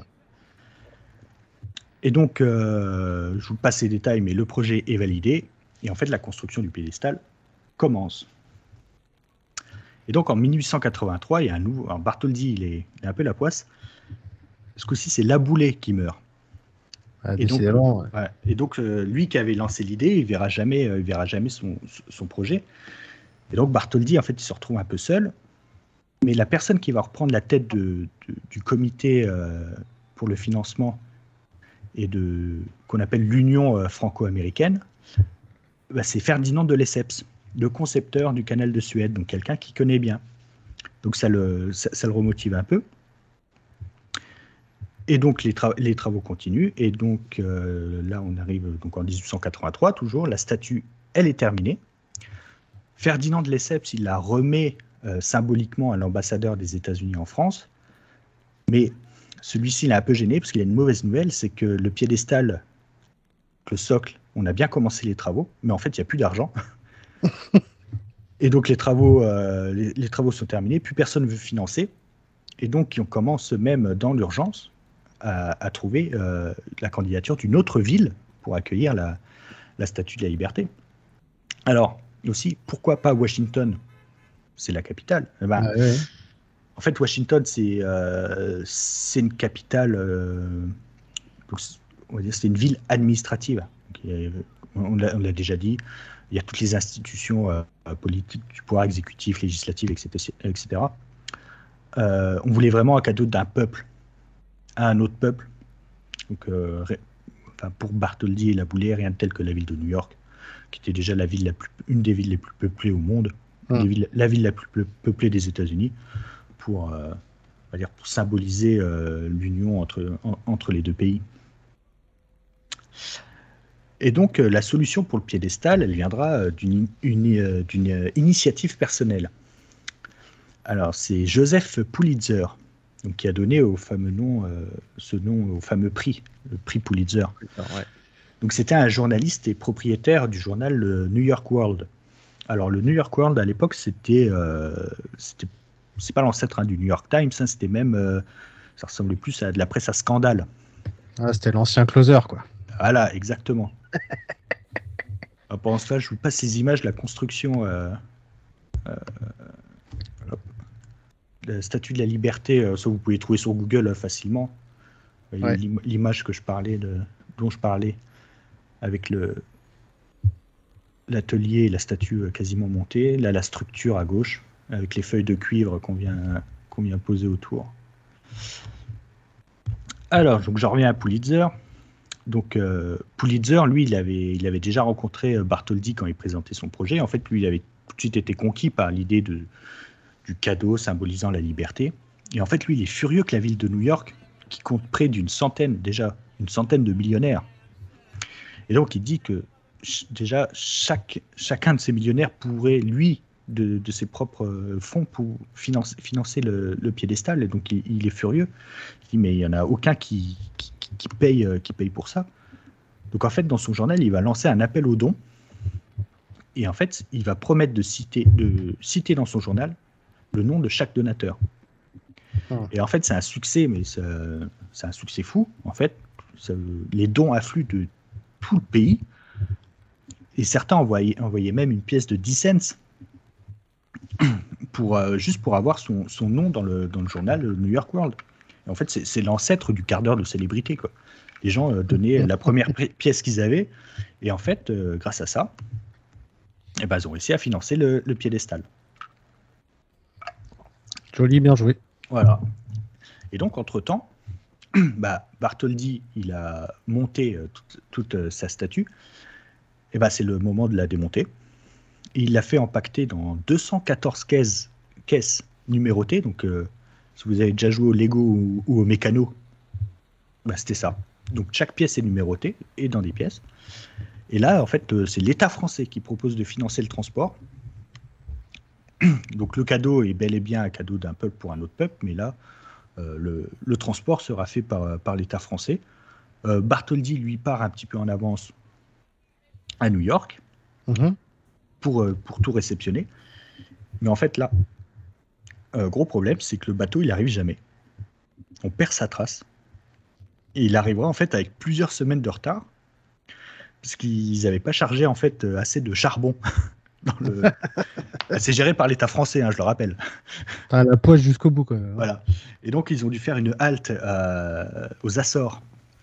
S2: Et donc, je vous passe les détails, mais le projet est validé, et en fait, la construction du piédestal commence. Et donc, en 1883, il y a un nouveau... Alors, Bartholdi, il est un peu la poisse. Ce coup-ci, c'est Laboulaye qui meurt.
S1: Ah, et donc,
S2: lui qui avait lancé l'idée, il verra jamais son projet. Et donc, Bartholdi, en fait, il se retrouve un peu seul. Mais la personne qui va reprendre la tête du comité pour le financement et qu'on appelle l'Union franco-américaine, c'est Ferdinand de Lesseps, le concepteur du canal de Suez, donc quelqu'un qui connaît bien. Donc ça le remotive un peu. Et donc les travaux continuent. Et donc là, on arrive donc en 1883, toujours. La statue, elle est terminée. Ferdinand de Lesseps, il la remet symboliquement à l'ambassadeur des États-Unis en France. Mais celui-ci, il est un peu gêné parce qu'il a une mauvaise nouvelle, c'est que le piédestal, le socle, on a bien commencé les travaux, mais en fait, il n'y a plus d'argent. Et donc, les travaux sont terminés, plus personne ne veut financer. Et donc, on commence même dans l'urgence à trouver la candidature d'une autre ville pour accueillir la Statue de la Liberté. Alors, aussi, pourquoi pas Washington ? C'est la capitale.
S1: Ouais.
S2: En fait, Washington, c'est une capitale, donc, on va dire, c'est une ville administrative. On l'a déjà dit, il y a toutes les institutions politiques, du pouvoir exécutif, législatif, etc. On voulait vraiment un cadeau d'un peuple à un autre peuple. Donc, pour Bartholdi et Laboulaye, rien de tel que la ville de New York, qui était déjà une des villes les plus peuplées au monde, la ville la plus peuplée des États-Unis, pour symboliser l'union entre les deux pays. Et donc, la solution pour le piédestal, elle viendra d'une initiative personnelle. Alors, c'est Joseph Pulitzer, donc, qui a donné ce nom au fameux prix, le prix Pulitzer.
S1: Ouais.
S2: Donc, c'était un journaliste et propriétaire du journal le New York World. Alors, le New York World, à l'époque, c'est pas l'ancêtre du New York Times, c'était même, ça ressemblait plus à de la presse à scandale.
S1: Ah, c'était l'ancien closer, quoi.
S2: Voilà, exactement. Pendant cela, je vous passe les images de la construction de la Statue de la Liberté. Ça, vous pouvez trouver sur Google facilement. Ouais. L'image dont je parlais, avec l'atelier et la statue quasiment montée. Là, la structure à gauche, avec les feuilles de cuivre qu'on vient poser autour. Alors, donc, j'en reviens à Pulitzer. Donc, Pulitzer, lui, il avait déjà rencontré Bartholdi quand il présentait son projet. En fait, lui, il avait tout de suite été conquis par l'idée du cadeau symbolisant la liberté. Et en fait, lui, il est furieux que la ville de New York, qui compte près d'une centaine de millionnaires. Et donc, il dit que déjà, chacun de ces millionnaires pourrait, lui, de ses propres fonds, pour financer le piédestal. Et donc, il est furieux. Il dit, mais il n'y en a aucun qui paye pour ça. Donc en fait, dans son journal, il va lancer un appel aux dons. Et en fait, il va promettre de citer dans son journal le nom de chaque donateur. Et en fait, c'est un succès, mais c'est un succès fou. En fait, les dons affluent de tout le pays. Et certains envoyaient même une pièce de 10 cents juste pour avoir son nom dans le journal New York World. Et en fait, c'est l'ancêtre du quart d'heure de célébrité, quoi. Les gens donnaient la première pièce qu'ils avaient. Et en fait, grâce à ça, eh ben, ils ont réussi à financer le piédestal.
S1: Joli, bien joué.
S2: Voilà. Et donc, entre-temps, Bartholdi, il a monté toute sa statue. Et ben, c'est le moment de la démonter. Et il l'a fait empaqueter dans 214 caisses numérotées. Donc, si vous avez déjà joué au Lego ou au Mécano, c'était ça. Donc, chaque pièce est numérotée et dans des pièces. Et là, en fait, c'est l'État français qui propose de financer le transport. Donc, le cadeau est bel et bien un cadeau d'un peuple pour un autre peuple, mais là, le transport sera fait par l'État français. Bartholdi, lui, part un petit peu en avance à New York pour tout réceptionner. Mais en fait, là, gros problème, c'est que le bateau, il n'arrive jamais. On perd sa trace. Et il arrivera, en fait, avec plusieurs semaines de retard, parce qu'ils n'avaient pas chargé, en fait, assez de charbon. C'est géré par l'État français, hein, je le rappelle.
S1: T'as la poche jusqu'au bout, quand même.
S2: Voilà. Et donc, ils ont dû faire une halte aux Açores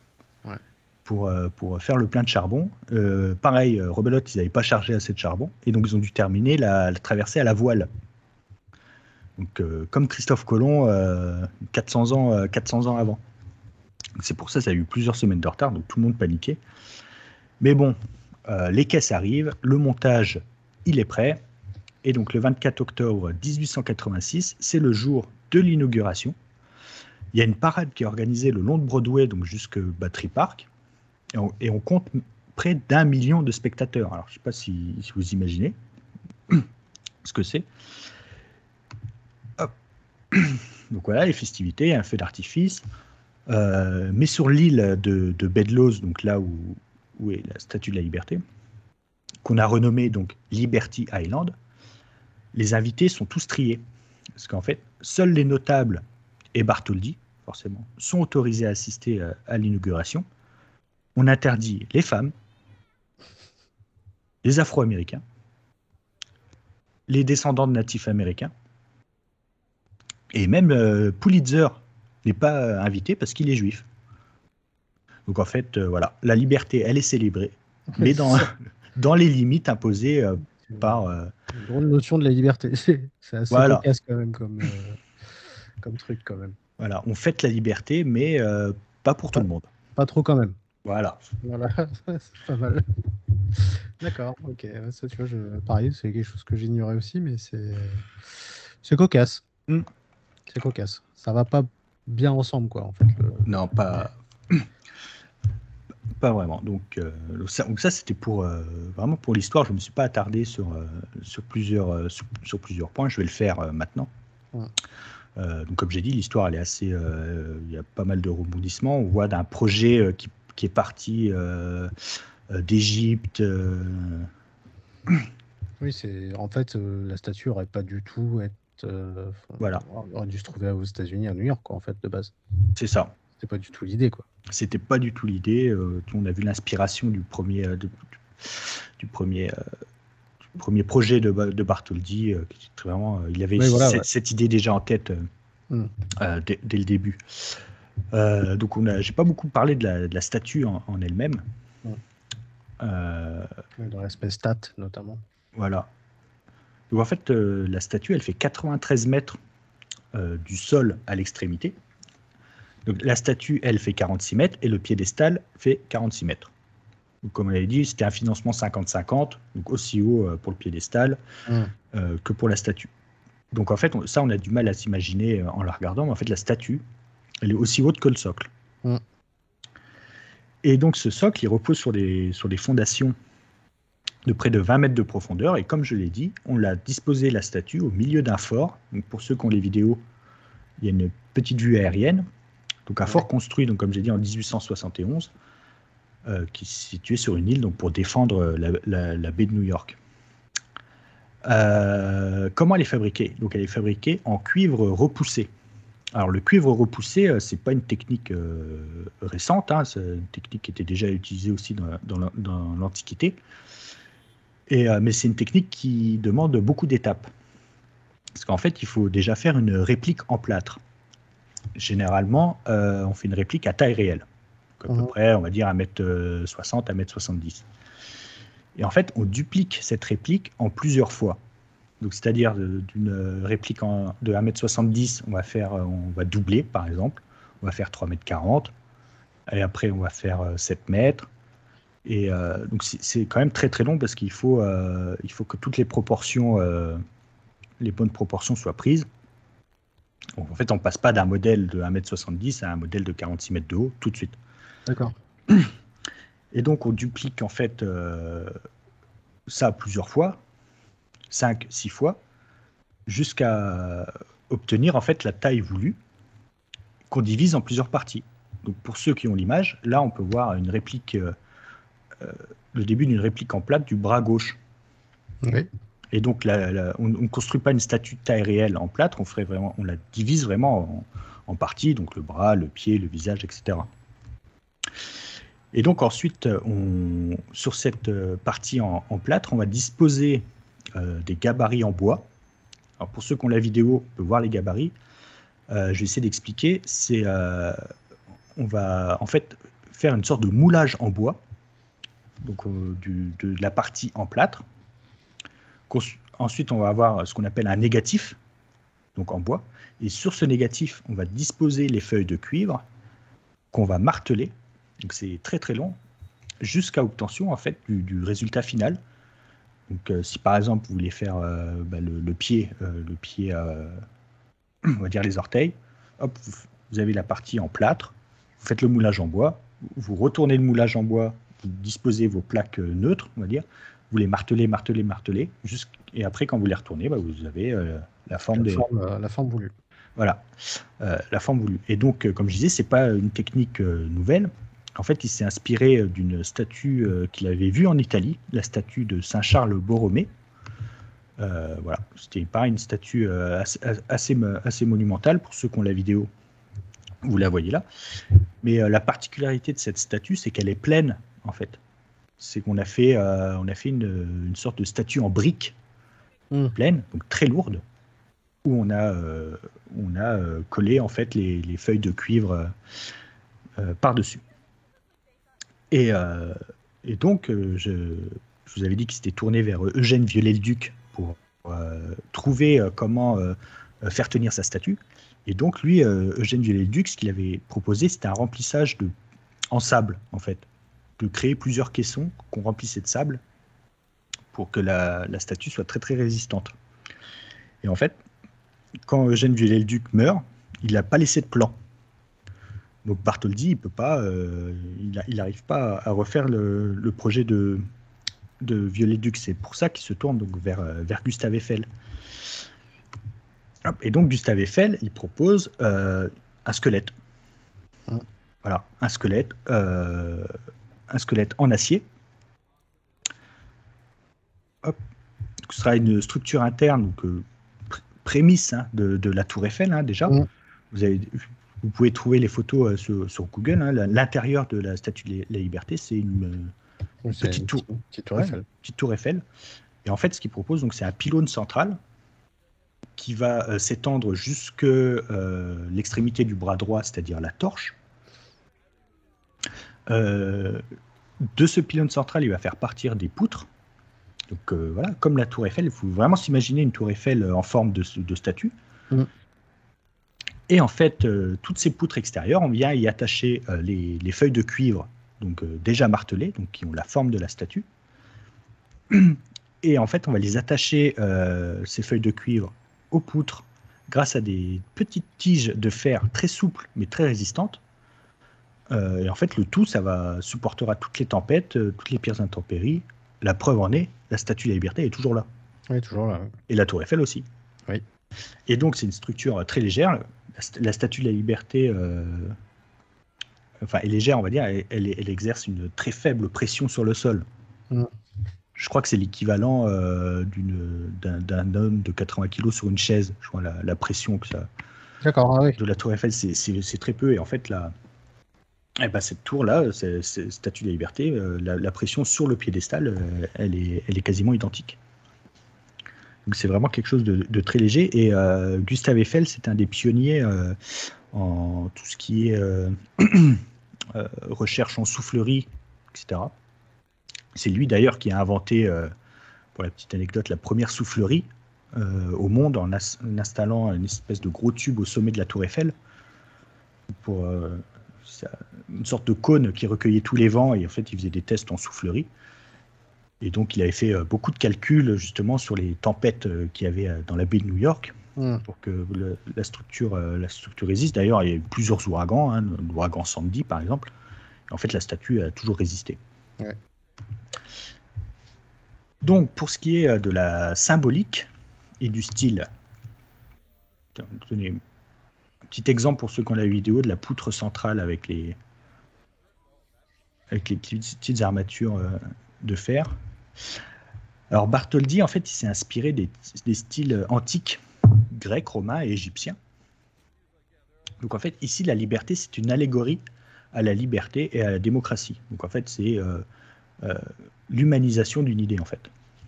S2: pour faire le plein de charbon. Pareil, rebelote, ils n'avaient pas chargé assez de charbon. Et donc, ils ont dû terminer la traversée à la voile. Donc, comme Christophe Colomb, 400 ans avant. Donc, c'est pour ça que ça a eu plusieurs semaines de retard, donc tout le monde paniquait. Mais bon, les caisses arrivent, le montage, il est prêt. Et donc, le 24 octobre 1886, c'est le jour de l'inauguration. Il y a une parade qui est organisée le long de Broadway, donc jusqu'à Battery Park. Et on compte près d'1 million de spectateurs. Alors, je ne sais pas si vous imaginez ce que c'est. Hop. Donc voilà, les festivités, un feu d'artifice. Mais sur l'île de Bedloes, donc là où est la Statue de la Liberté, qu'on a renommée donc Liberty Island, les invités sont tous triés. Parce qu'en fait, seuls les notables et Bartholdi, forcément, sont autorisés à assister à l'inauguration. On interdit les femmes, les Afro-Américains, les descendants de natifs américains, et même Pulitzer n'est pas invité parce qu'il est juif. Donc en fait, voilà, la liberté, elle est célébrée, mais dans les limites imposées par...
S1: Une grande notion de la liberté. C'est assez cocasse quand même comme truc quand même.
S2: Voilà, on fête la liberté, mais pas pour tout le monde.
S1: Pas trop quand même.
S2: Voilà,
S1: c'est pas mal. D'accord, ok. Ça, tu vois, pareil, c'est quelque chose que j'ignorais aussi, mais c'est cocasse. C'est cocasse. Ça va pas bien ensemble, quoi, en fait.
S2: Non, pas vraiment. Donc ça c'était vraiment pour l'histoire. Je ne me suis pas attardé sur plusieurs points. Je vais le faire maintenant. Donc comme j'ai dit, l'histoire elle est assez. Il y a pas mal de rebondissements. On voit d'un projet qui est parti d'Égypte.
S1: Oui, en fait la statue aurait pas du tout aurait dû se trouver aux États-Unis, à New York, quoi, en fait, de base.
S2: C'est ça.
S1: C'était pas du tout l'idée, quoi.
S2: C'était pas du tout l'idée. On a vu l'inspiration du premier projet de Bartholdi. Vraiment, il avait cette idée déjà en tête dès le début. Donc, j'ai pas beaucoup parlé de la statue en elle-même.
S1: Dans l'aspect stat, notamment.
S2: Voilà. Donc, en fait, la statue, elle fait 93 mètres du sol à l'extrémité. Donc, la statue, elle fait 46 mètres et le piédestal fait 46 mètres. Donc, comme on l'avait dit, c'était un financement 50-50, donc aussi haut pour le piédestal que pour la statue. Donc en fait, on a du mal à s'imaginer en la regardant, mais en fait, la statue, elle est aussi haute que le socle. Et donc ce socle, il repose sur des fondations de près de 20 mètres de profondeur. Et comme je l'ai dit, on l'a disposé, la statue, au milieu d'un fort. Donc pour ceux qui ont les vidéos, il y a une petite vue aérienne. Donc un fort construit, donc, comme j'ai dit, en 1871. qui est située sur une île donc, pour défendre la baie de New York. Comment elle est fabriquée? Donc, elle est fabriquée en cuivre repoussé. Alors, le cuivre repoussé, c'est pas une technique récente, hein, c'est une technique qui était déjà utilisée aussi dans l'Antiquité. Mais c'est une technique qui demande beaucoup d'étapes. Parce qu'en fait, il faut déjà faire une réplique en plâtre. Généralement, on fait une réplique à taille réelle. Donc, à peu près, on va dire 1m60, 1m70. Et en fait, on duplique cette réplique en plusieurs fois. Donc, c'est-à-dire d'une réplique de 1m70, on va doubler, par exemple. On va faire 3m40. Et après, on va faire 7 mètres. Et donc, c'est quand même très, très long parce qu'il faut que toutes les proportions, les bonnes proportions soient prises. Donc, en fait, on ne passe pas d'un modèle de 1m70 à un modèle de 46 mètres de haut tout de suite.
S1: D'accord.
S2: Et donc, on duplique en fait ça plusieurs fois, 5, 6 fois, jusqu'à obtenir en fait la taille voulue qu'on divise en plusieurs parties. Donc, pour ceux qui ont l'image, là, on peut voir une réplique, le début d'une réplique en plâtre du bras gauche.
S1: Oui.
S2: Et donc, on ne construit pas une statue de taille réelle en plâtre, on la divise vraiment en parties, donc le bras, le pied, le visage, etc. Et donc ensuite, sur cette partie en plâtre, on va disposer des gabarits en bois. Alors pour ceux qui ont la vidéo, on peut voir les gabarits. Je vais essayer d'expliquer. On va en fait faire une sorte de moulage en bois, donc de la partie en plâtre. Ensuite, on va avoir ce qu'on appelle un négatif, donc en bois. Et sur ce négatif, on va disposer les feuilles de cuivre qu'on va marteler. Donc c'est très très long, jusqu'à obtention en fait du résultat final. Donc si par exemple vous voulez faire le pied, on va dire les orteils, hop, vous avez la partie en plâtre, vous faites le moulage en bois, vous retournez le moulage en bois, vous disposez vos plaques neutres, on va dire, vous les martelez, et après quand vous les retournez, vous avez la forme
S1: voulue.
S2: Voilà, la forme voulue. Et donc, comme je disais, c'est pas une technique nouvelle. En fait, il s'est inspiré d'une statue qu'il avait vue en Italie, la statue de Saint Charles Borromée. Voilà, c'était pas une statue assez monumentale. Pour ceux qui ont la vidéo, vous la voyez là. Mais la particularité de cette statue, c'est qu'elle est pleine, en fait. C'est qu'on a fait une sorte de statue en briques pleine, donc très lourde, où on a collé en fait les feuilles de cuivre par-dessus. Et donc, je vous avais dit qu'il s'était tourné vers Eugène Viollet-le-Duc pour trouver comment faire tenir sa statue. Et donc, lui, Eugène Viollet-le-Duc, ce qu'il avait proposé, c'était un remplissage en sable, en fait. De créer plusieurs caissons qu'on remplissait de sable pour que la statue soit très, très résistante. Et en fait, quand Eugène Viollet-le-Duc meurt, il n'a pas laissé de plan. Donc Bartholdi, il peut pas, il n'arrive pas à refaire le projet de Viollet-le-Duc. C'est pour ça qu'il se tourne donc vers Gustave Eiffel. Et donc Gustave Eiffel, il propose un squelette. Voilà, un squelette en acier. Hop. Ce sera une structure interne, donc prémisse de la tour Eiffel, hein, déjà. Vous pouvez trouver les photos sur Google. Hein. L'intérieur de la Statue de la Liberté, c'est une petite tour Eiffel. Petite tour Eiffel. Et en fait, ce qu'il propose, donc, c'est un pylône central qui va s'étendre jusque l'extrémité du bras droit, c'est-à-dire la torche. De ce pylône central, il va faire partir des poutres. Donc voilà, comme la tour Eiffel, il faut vraiment s'imaginer une tour Eiffel en forme de statue. Et en fait, toutes ces poutres extérieures, on vient y attacher les feuilles de cuivre, donc déjà martelées, donc qui ont la forme de la statue. Et en fait, on va les attacher, ces feuilles de cuivre, aux poutres, grâce à des petites tiges de fer très souples, mais très résistantes. Et en fait, le tout, supportera toutes les tempêtes, toutes les pires intempéries. La preuve en est, la Statue de la Liberté est toujours là.
S1: Oui, toujours là.
S2: Et la tour Eiffel aussi.
S1: Oui.
S2: Et donc, c'est une structure très légère. La Statue de la Liberté, est légère, on va dire, elle exerce une très faible pression sur le sol. Je crois que c'est l'équivalent d'un homme de 80 kg sur une chaise. Je crois la pression que ça.
S1: D'accord, ah oui.
S2: De la Tour Eiffel, c'est très peu. Et en fait, cette tour-là, Statue de la Liberté, la pression sur le piédestal, elle est quasiment identique. Donc c'est vraiment quelque chose de très léger. Et Gustave Eiffel, c'est un des pionniers en tout ce qui est recherche en soufflerie, etc. C'est lui d'ailleurs qui a inventé, pour la petite anecdote, la première soufflerie au monde en installant une espèce de gros tube au sommet de la Tour Eiffel pour une sorte de cône qui recueillait tous les vents, et en fait il faisait des tests en soufflerie. Et donc il avait fait beaucoup de calculs justement sur les tempêtes qu'il y avait dans la baie de New York pour que la structure résiste. D'ailleurs, il y a eu plusieurs ouragans, l'ouragan Sandy par exemple. Et en fait, la statue a toujours résisté.
S1: Ouais.
S2: Donc, pour ce qui est de la symbolique et du style, je vais vous donner un petit exemple pour ceux qui ont la vidéo de la poutre centrale avec les petites armatures de fer. Alors, Bartholdi, en fait, il s'est inspiré des styles antiques, grecs, romains et égyptiens. Donc, en fait, ici, la liberté, c'est une allégorie à la liberté et à la démocratie. Donc, en fait, c'est l'humanisation d'une idée, en fait.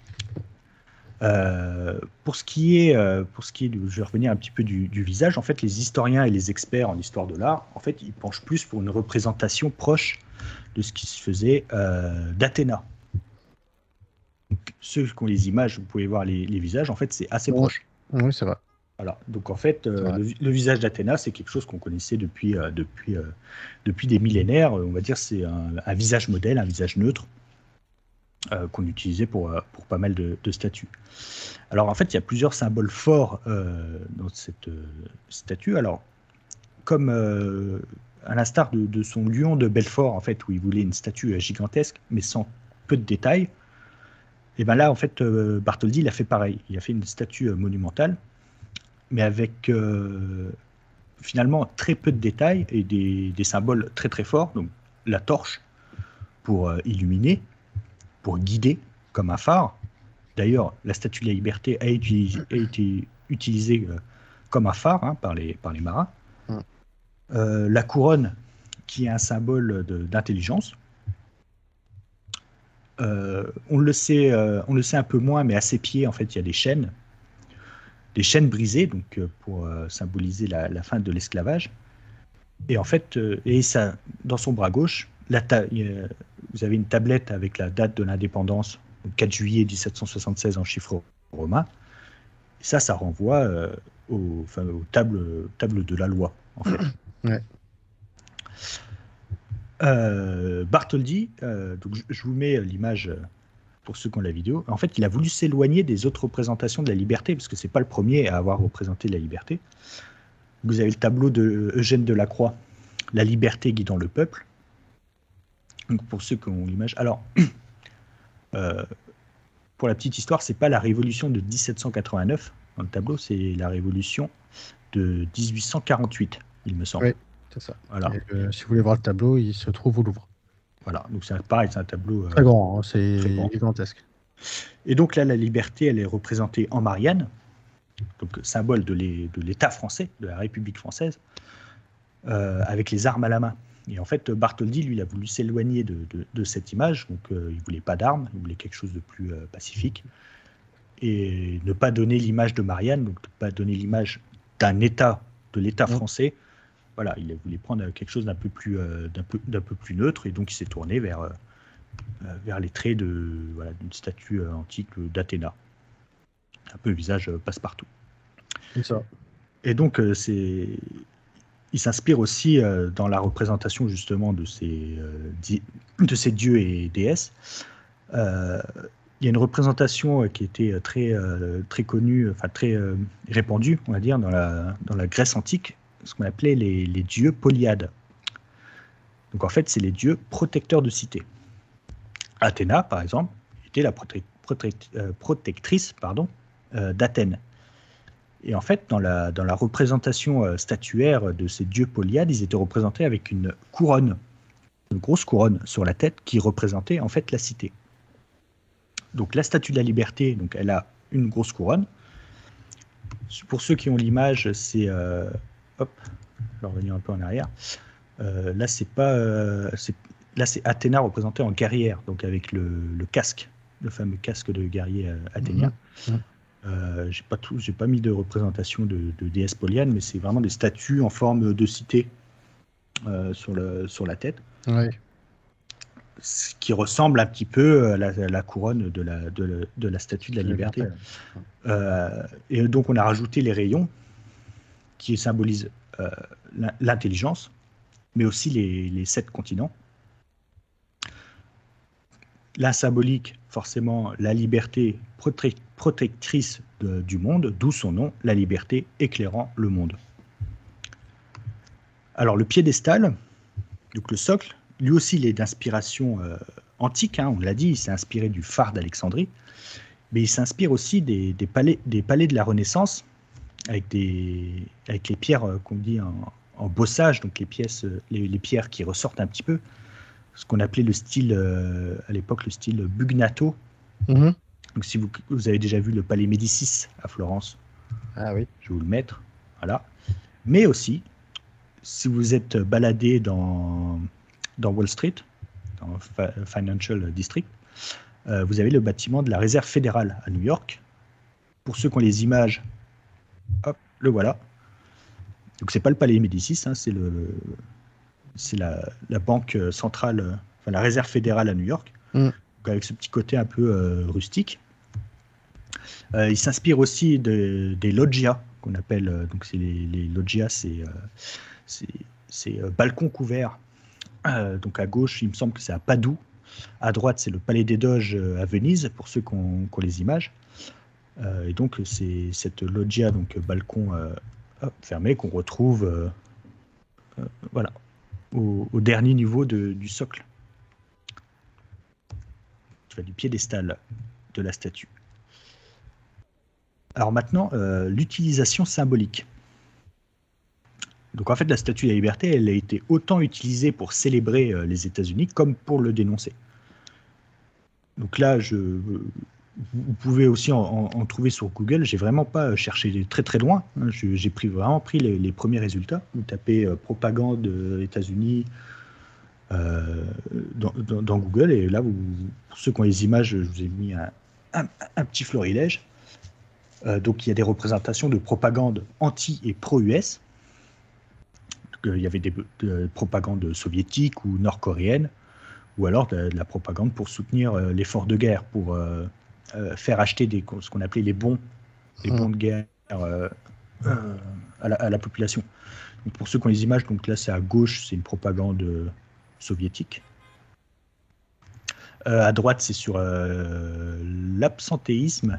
S2: Pour ce qui est je vais revenir un petit peu du visage. En fait, les historiens et les experts en histoire de l'art, en fait, ils penchent plus pour une représentation proche de ce qui se faisait d'Athéna. Donc, ceux qui ont les images, vous pouvez voir les visages. En fait, c'est assez proche.
S1: Oui, c'est vrai.
S2: Voilà. Donc, en fait, le visage d'Athéna, c'est quelque chose qu'on connaissait depuis des millénaires. On va dire, c'est un visage modèle, un visage neutre. Qu'on utilisait pour pas mal de statues. Alors en fait, il y a plusieurs symboles forts dans cette statue. Alors, comme à l'instar de son lion de Belfort, en fait, où il voulait une statue gigantesque, mais sans peu de détails, et bien là, en fait, Bartholdi, il a fait pareil. Il a fait une statue monumentale, mais avec finalement très peu de détails et des symboles très très forts. Donc la torche pour illuminer, pour guider comme un phare. D'ailleurs, la statue de la liberté a été utilisée comme un phare par les marins. La couronne, qui est un symbole d'intelligence. On le sait un peu moins, mais à ses pieds, en fait, il y a des chaînes brisées, donc pour symboliser la fin de l'esclavage. Et en fait, dans son bras gauche, vous avez une tablette avec la date de l'indépendance, 4 juillet 1776 en chiffres romains. Et ça renvoie aux tables de la loi, en fait.
S1: Ouais.
S2: Bartholdi, donc je vous mets l'image pour ceux qui ont la vidéo. En fait, il a voulu s'éloigner des autres représentations de la liberté, parce que c'est pas le premier à avoir représenté la liberté. Vous avez le tableau de Eugène Delacroix, La liberté guidant le peuple. Donc pour ceux qui ont l'image. Alors, pour la petite histoire, c'est pas la révolution de 1789 dans le tableau, c'est la révolution de 1848, il me semble.
S1: Oui, c'est ça.
S2: Voilà.
S1: Si vous voulez voir le tableau, il se trouve au Louvre.
S2: Voilà, donc c'est pareil, c'est un tableau
S1: très grand, c'est
S2: grand.
S1: Gigantesque.
S2: Et donc là, la liberté, elle est représentée en Marianne, donc symbole de l'État français, de la République française, avec les armes à la main. Et en fait, Bartholdi, lui, il a voulu s'éloigner de cette image, donc il ne voulait pas d'armes, il voulait quelque chose de plus pacifique, et ne pas donner l'image de Marianne, donc ne pas donner l'image d'un État, de l'État français. Voilà, il voulait prendre quelque chose d'un peu plus neutre, et donc il s'est tourné vers les traits d'une statue antique d'Athéna. Un peu visage passe-partout.
S1: C'est ça.
S2: Et donc, il s'inspire aussi dans la représentation justement de ces dieux et déesses. Il y a une représentation qui était très connue, enfin très répandue, on va dire, dans la Grèce antique, ce qu'on appelait les dieux polyades. Donc en fait, c'est les dieux protecteurs de cités. Athéna, par exemple, était la protectrice d'Athènes. Et en fait, dans la représentation statuaire de ces dieux polyades, ils étaient représentés avec une couronne, une grosse couronne sur la tête qui représentait en fait la cité. Donc la statue de la liberté, donc elle a une grosse couronne. Pour ceux qui ont l'image, c'est hop, je vais revenir un peu en arrière. Là, c'est Athéna représentée en guerrière, donc avec le casque, le fameux casque de guerrier athénien. J'ai pas mis de représentation de déesse polyade, mais c'est vraiment des statues en forme de cité sur la tête.
S1: Ouais.
S2: Ce qui ressemble un petit peu à la couronne de la statue de la liberté. Et donc on a rajouté les rayons qui symbolisent l'intelligence, mais aussi les 7 continents. La symbolique, forcément, la liberté protectrice du monde, d'où son nom, la liberté éclairant le monde. Alors le piédestal, donc le socle, lui aussi il est d'inspiration antique, on l'a dit, il s'est inspiré du phare d'Alexandrie, mais il s'inspire aussi des palais de la Renaissance, avec les pierres qu'on dit en bossage, donc les pierres qui ressortent un petit peu, ce qu'on appelait le style, à l'époque, le style Bugnato. Donc si vous avez déjà vu le palais Médicis à Florence,
S1: ah oui,
S2: je vais vous le mettre, voilà. Mais aussi, si vous êtes baladé dans Wall Street, dans Financial District, vous avez le bâtiment de la Réserve fédérale à New York. Pour ceux qui ont les images, hop, le voilà. Donc c'est pas le palais Médicis, c'est la banque centrale, la Réserve fédérale à New York, donc avec ce petit côté un peu rustique. Il s'inspire aussi des loggias qu'on appelle, donc c'est les loggias, c'est balcons couverts. Donc à gauche, il me semble que c'est à Padoue. À droite, c'est le Palais des Doges à Venise, pour ceux qui ont les images. Et donc, c'est cette loggia, donc balcon fermé, qu'on retrouve voilà, au dernier niveau du socle. Du piédestal de la statue. Alors maintenant, l'utilisation symbolique. Donc en fait, la statue de la liberté, elle a été autant utilisée pour célébrer les États-Unis comme pour le dénoncer. Donc là, vous pouvez aussi en trouver sur Google. J'ai vraiment pas cherché très très loin. J'ai vraiment pris les premiers résultats. Vous tapez propagande États-Unis dans Google, et là, pour ceux qui ont les images, je vous ai mis un petit florilège. Donc il y a des représentations de propagande anti et pro-US. Il y avait des propagandes soviétiques ou nord-coréennes, ou alors de la propagande pour soutenir l'effort de guerre, pour faire acheter ce qu'on appelait les bons de guerre à la population. Donc pour ceux qui ont les images, donc là c'est à gauche, c'est une propagande soviétique. À droite, c'est sur l'absentéisme,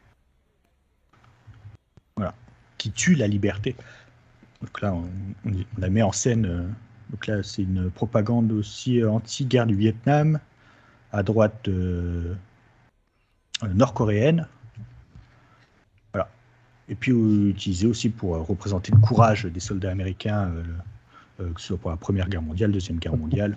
S2: voilà, qui tue la liberté. Donc là, on la met en scène. Donc là, c'est une propagande aussi anti-guerre du Vietnam, à droite nord-coréenne. Voilà. Et puis utilisé aussi pour représenter le courage des soldats américains, que ce soit pour la Première Guerre mondiale, Deuxième Guerre mondiale.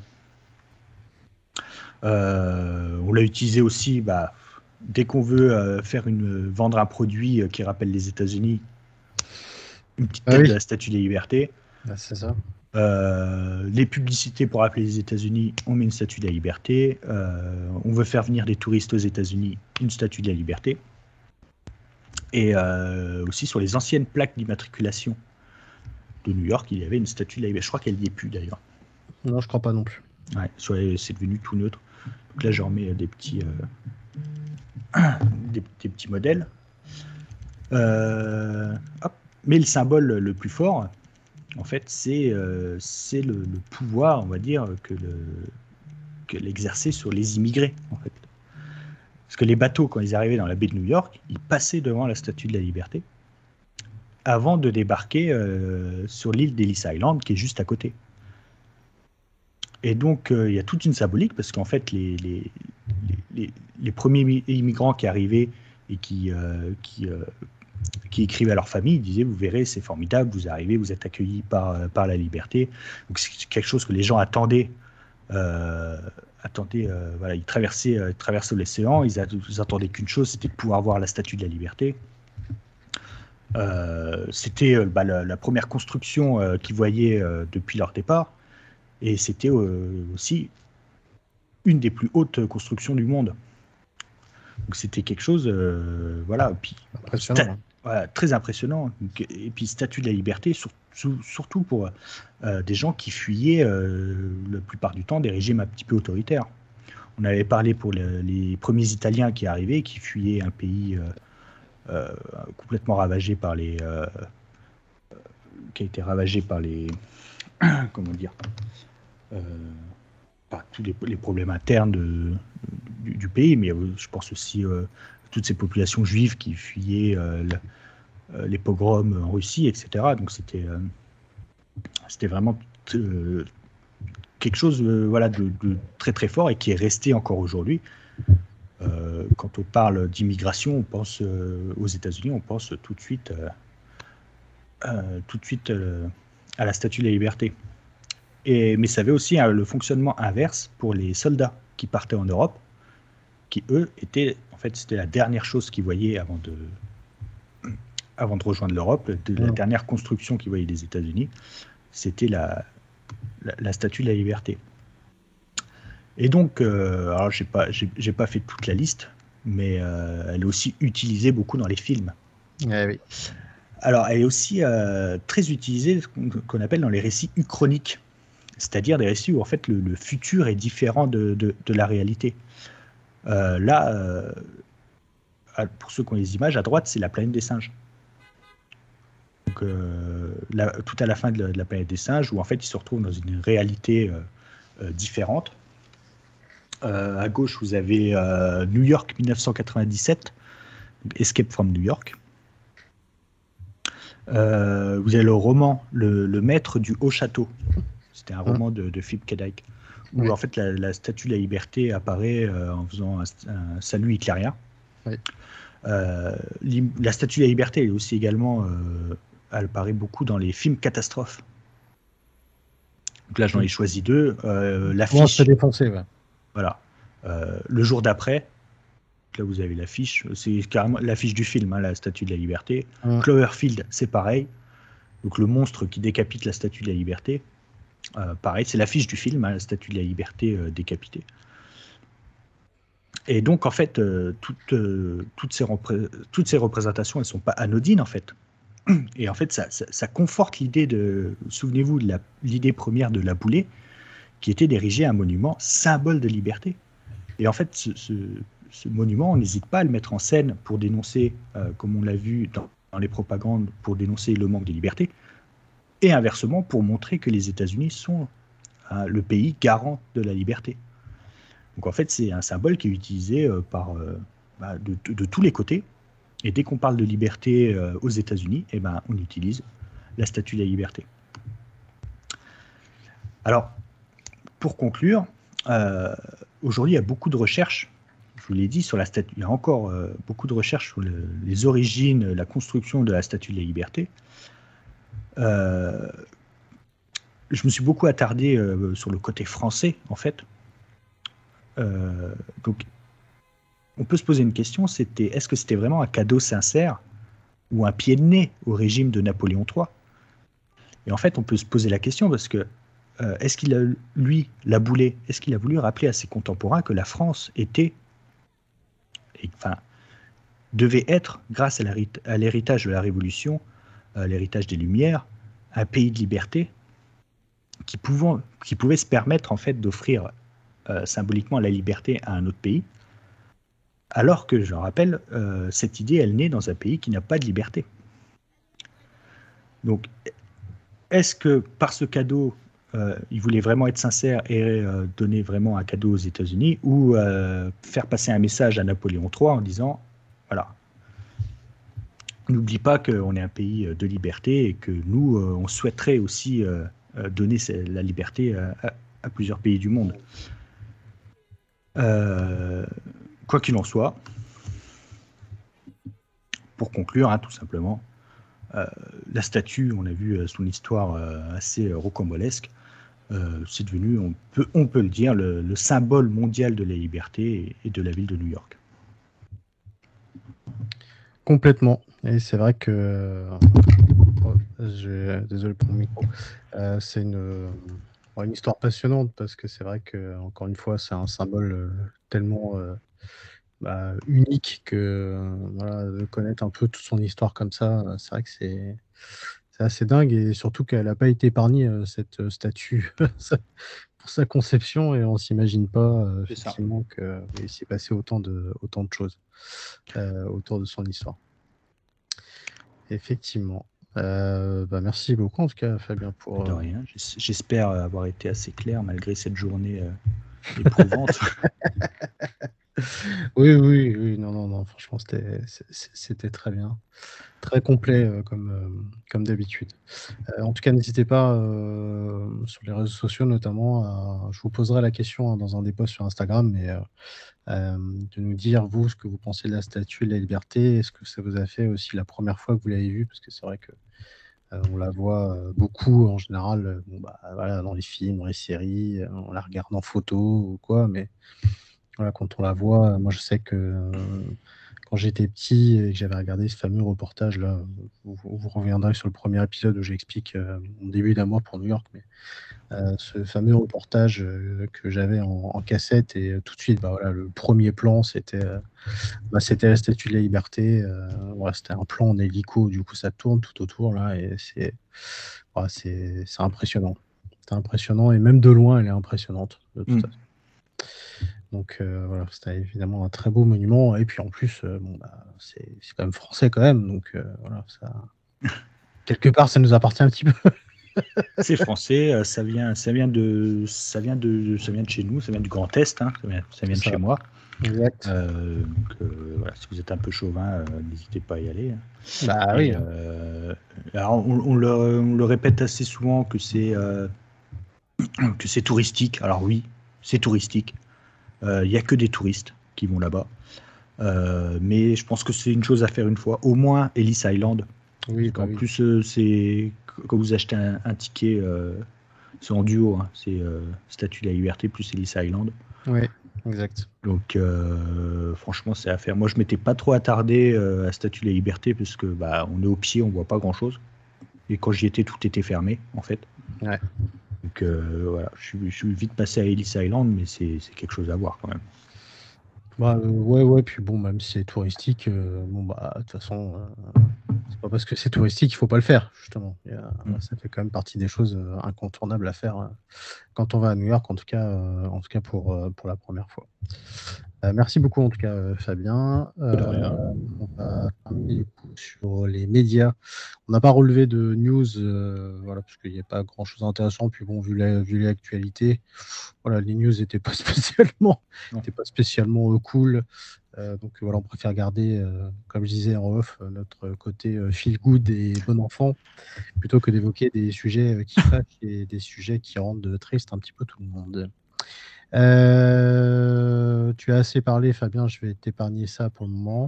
S2: On l'a utilisé aussi dès qu'on veut vendre un produit qui rappelle les États-Unis. Une petite tête de la Statue de la Liberté.
S1: C'est ça.
S2: Les publicités pour rappeler les États-Unis, on met une Statue de la Liberté. On veut faire venir des touristes aux États-Unis, une Statue de la Liberté. Et aussi sur les anciennes plaques d'immatriculation de New York, il y avait une Statue de la Liberté. Je crois qu'elle n'y est plus d'ailleurs.
S1: Non, je crois pas non plus.
S2: Ouais, c'est devenu tout neutre. Donc là, j'en remets des petits modèles. Hop. Mais le symbole le plus fort, en fait, c'est le pouvoir, on va dire, que l'exerçait sur les immigrés, en fait. Parce que les bateaux, quand ils arrivaient dans la baie de New York, ils passaient devant la Statue de la Liberté avant de débarquer sur l'île d'Ellis Island, qui est juste à côté. Et donc, il y a toute une symbolique, parce qu'en fait, les premiers immigrants qui arrivaient et qui qui écrivaient à leur famille, ils disaient, vous verrez, c'est formidable, vous arrivez, vous êtes accueillis par la liberté. Donc c'est quelque chose que les gens attendaient. Voilà, ils traversaient l'océan, ils attendaient qu'une chose, c'était de pouvoir voir la Statue de la Liberté. C'était la première construction qu'ils voyaient depuis leur départ, et c'était aussi une des plus hautes constructions du monde. Donc c'était quelque chose, voilà, puis
S1: Impressionnant.
S2: voilà, très impressionnant. Donc, et puis Statue de la Liberté, surtout pour des gens qui fuyaient la plupart du temps des régimes un petit peu autoritaires. On avait parlé pour les premiers Italiens qui arrivaient, qui fuyaient un pays complètement ravagé par qui a été ravagé par les comment dire, par tous les problèmes internes du pays, mais je pense aussi toutes ces populations juives qui fuyaient les pogroms en Russie, etc. Donc c'était vraiment quelque chose voilà, de très très fort et qui est resté encore aujourd'hui. Quand on parle d'immigration, on pense aux États-Unis, on pense tout de suite à la Statue de la Liberté. Mais ça avait aussi le fonctionnement inverse pour les soldats qui partaient en Europe, qui eux étaient, en fait, c'était la dernière chose qu'ils voyaient avant de rejoindre l'Europe, la dernière construction qu'ils voyaient des États-Unis, c'était la Statue de la Liberté. Et donc, alors j'ai pas fait toute la liste, mais elle est aussi utilisée beaucoup dans les films.
S1: Oui.
S2: Alors, elle est aussi très utilisée, ce qu'on appelle dans les récits uchroniques, c'est-à-dire des récits où en fait le futur est différent de la réalité. Là, pour ceux qui ont les images, à droite, c'est la planète des singes. Donc, tout à la fin de la planète des singes, où en fait ils se retrouvent dans une réalité différente. À gauche, vous avez New York 1997, Escape from New York. Vous avez le roman Le Maître du Haut Château. C'était un roman de Philip K. Dick, où en fait la Statue de la Liberté apparaît en faisant un salut hitlérien. Oui. La Statue de la Liberté est aussi également, elle apparaît beaucoup dans les films catastrophes. Donc là, j'en ai choisi deux. L'affiche.
S1: Se défoncer, ouais.
S2: Voilà. Le jour d'après. Là, vous avez l'affiche. C'est carrément l'affiche du film, hein, la Statue de la Liberté. Cloverfield, c'est pareil. Donc le monstre qui décapite la Statue de la Liberté. Pareil, c'est l'affiche du film, hein, la Statue de la Liberté décapitée. Et donc, en fait, toutes ces représentations, elles ne sont pas anodines, en fait. Et en fait, ça conforte l'idée souvenez-vous de l'idée première de La Boulée, qui était d'ériger un monument symbole de liberté. Et en fait, ce monument, on n'hésite pas à le mettre en scène pour dénoncer, comme on l'a vu dans les propagandes, pour dénoncer le manque de liberté, et inversement, pour montrer que les États-Unis sont le pays garant de la liberté. Donc en fait, c'est un symbole qui est utilisé de tous les côtés. Et dès qu'on parle de liberté aux États-Unis, on utilise la Statue de la Liberté. Alors, pour conclure, aujourd'hui, il y a beaucoup de recherches, je vous l'ai dit, sur la statue. Il y a encore beaucoup de recherches sur les origines, la construction de la Statue de la Liberté. Je me suis beaucoup attardé sur le côté français, en fait. Donc, on peut se poser une question, est-ce que c'était vraiment un cadeau sincère ou un pied de nez au régime de Napoléon III? Et en fait, on peut se poser la question parce que est-ce qu'il a, lui, La Boulée, est-ce qu'il a voulu rappeler à ses contemporains que la France devait être, grâce à l'héritage de la Révolution, l'héritage des Lumières, un pays de liberté qui pouvait se permettre en fait d'offrir symboliquement la liberté à un autre pays, alors que, je le rappelle, cette idée, elle naît dans un pays qui n'a pas de liberté. Donc, est-ce que par ce cadeau, il voulait vraiment être sincère et donner vraiment un cadeau aux États-Unis, ou faire passer un message à Napoléon III en disant, voilà, n'oublie pas qu'on est un pays de liberté et que nous, on souhaiterait aussi donner la liberté à plusieurs pays du monde. Quoi qu'il en soit, pour conclure, hein, tout simplement, la statue, on a vu son histoire assez rocambolesque. C'est devenu, on peut le dire, le symbole mondial de la liberté et de la ville de New York.
S1: Complètement. Et c'est vrai que... Désolé pour le micro. C'est une histoire passionnante parce que c'est vrai que, encore une fois, c'est un symbole tellement unique que voilà, de connaître un peu toute son histoire comme ça, c'est vrai que c'est assez dingue et surtout qu'elle n'a pas été épargnée, cette statue, pour sa conception et on ne s'imagine pas
S2: C'est ça.
S1: effectivement qu'il s'est passé autant de choses autour de son histoire. Effectivement. Merci beaucoup en tout cas Fabien pour...
S2: De rien. J'espère avoir été assez clair malgré cette journée éprouvante.
S1: Oui, non, franchement c'était très bien. Très complet comme d'habitude. En tout cas, n'hésitez pas sur les réseaux sociaux notamment, je vous poserai la question dans un des posts sur Instagram, mais de nous dire, vous, ce que vous pensez de la Statue de la Liberté. Est-ce que ça vous a fait aussi la première fois que vous l'avez vue? Parce que c'est vrai que on la voit beaucoup en général voilà, dans les films, dans les séries, on la regarde en photo ou quoi, mais voilà, quand on la voit, moi je sais que quand j'étais petit et que j'avais regardé ce fameux reportage-là, vous reviendrez sur le premier épisode où j'explique mon début d'amour pour New York, mais ce fameux reportage que j'avais en cassette et tout de suite, voilà, le premier plan, c'était la Statue de la Liberté. Voilà, c'était un plan en hélico, du coup ça tourne tout autour là et voilà, c'est impressionnant. C'est impressionnant et même de loin, elle est impressionnante de toute façon. Donc voilà, c'était évidemment un très beau monument. Et puis en plus, c'est quand même français quand même. Donc voilà, ça... quelque part, ça nous appartient un petit peu.
S2: C'est français, ça vient de chez nous, ça vient du Grand Est, hein, ça vient de chez moi.
S1: Exact.
S2: Donc voilà, si vous êtes un peu chauvin, n'hésitez pas à y aller.
S1: Bah oui.
S2: Alors on le répète assez souvent que c'est touristique. Alors oui, c'est touristique. Il n'y a que des touristes qui vont là-bas. Mais je pense que c'est une chose à faire une fois. Au moins Ellis Island.
S1: Oui,
S2: Parce qu'en plus, c'est quand vous achetez un ticket, c'est en duo. Hein, c'est Statue de la Liberté plus Ellis Island.
S1: Oui, exact.
S2: Donc franchement, c'est à faire. Moi, je m'étais pas trop attardé à Statue de la Liberté parce que on est au pied, on voit pas grand-chose. Et quand j'y étais, tout était fermé en fait.
S1: Ouais.
S2: Donc voilà, je suis vite passé à Ellis Island, mais c'est quelque chose à voir quand même.
S1: Ouais, puis bon, même si c'est touristique, de toute façon, c'est pas parce que c'est touristique qu'il faut pas le faire, justement. Ça fait quand même partie des choses incontournables à faire quand on va à New York, en tout cas pour la première fois. Merci beaucoup en tout cas Fabien. On va terminer du coup sur les médias. On n'a pas relevé de news, voilà, parce qu'il n'y a pas grand chose d'intéressant. Puis bon, vu l'actualité, voilà, les news n'étaient pas spécialement cool. Donc voilà, on préfère garder, comme je disais en off, notre côté feel good et bon enfant, plutôt que d'évoquer des sujets qui fâchent et des sujets qui rendent triste un petit peu tout le monde. Tu as assez parlé, Fabien, je vais t'épargner ça pour le moment.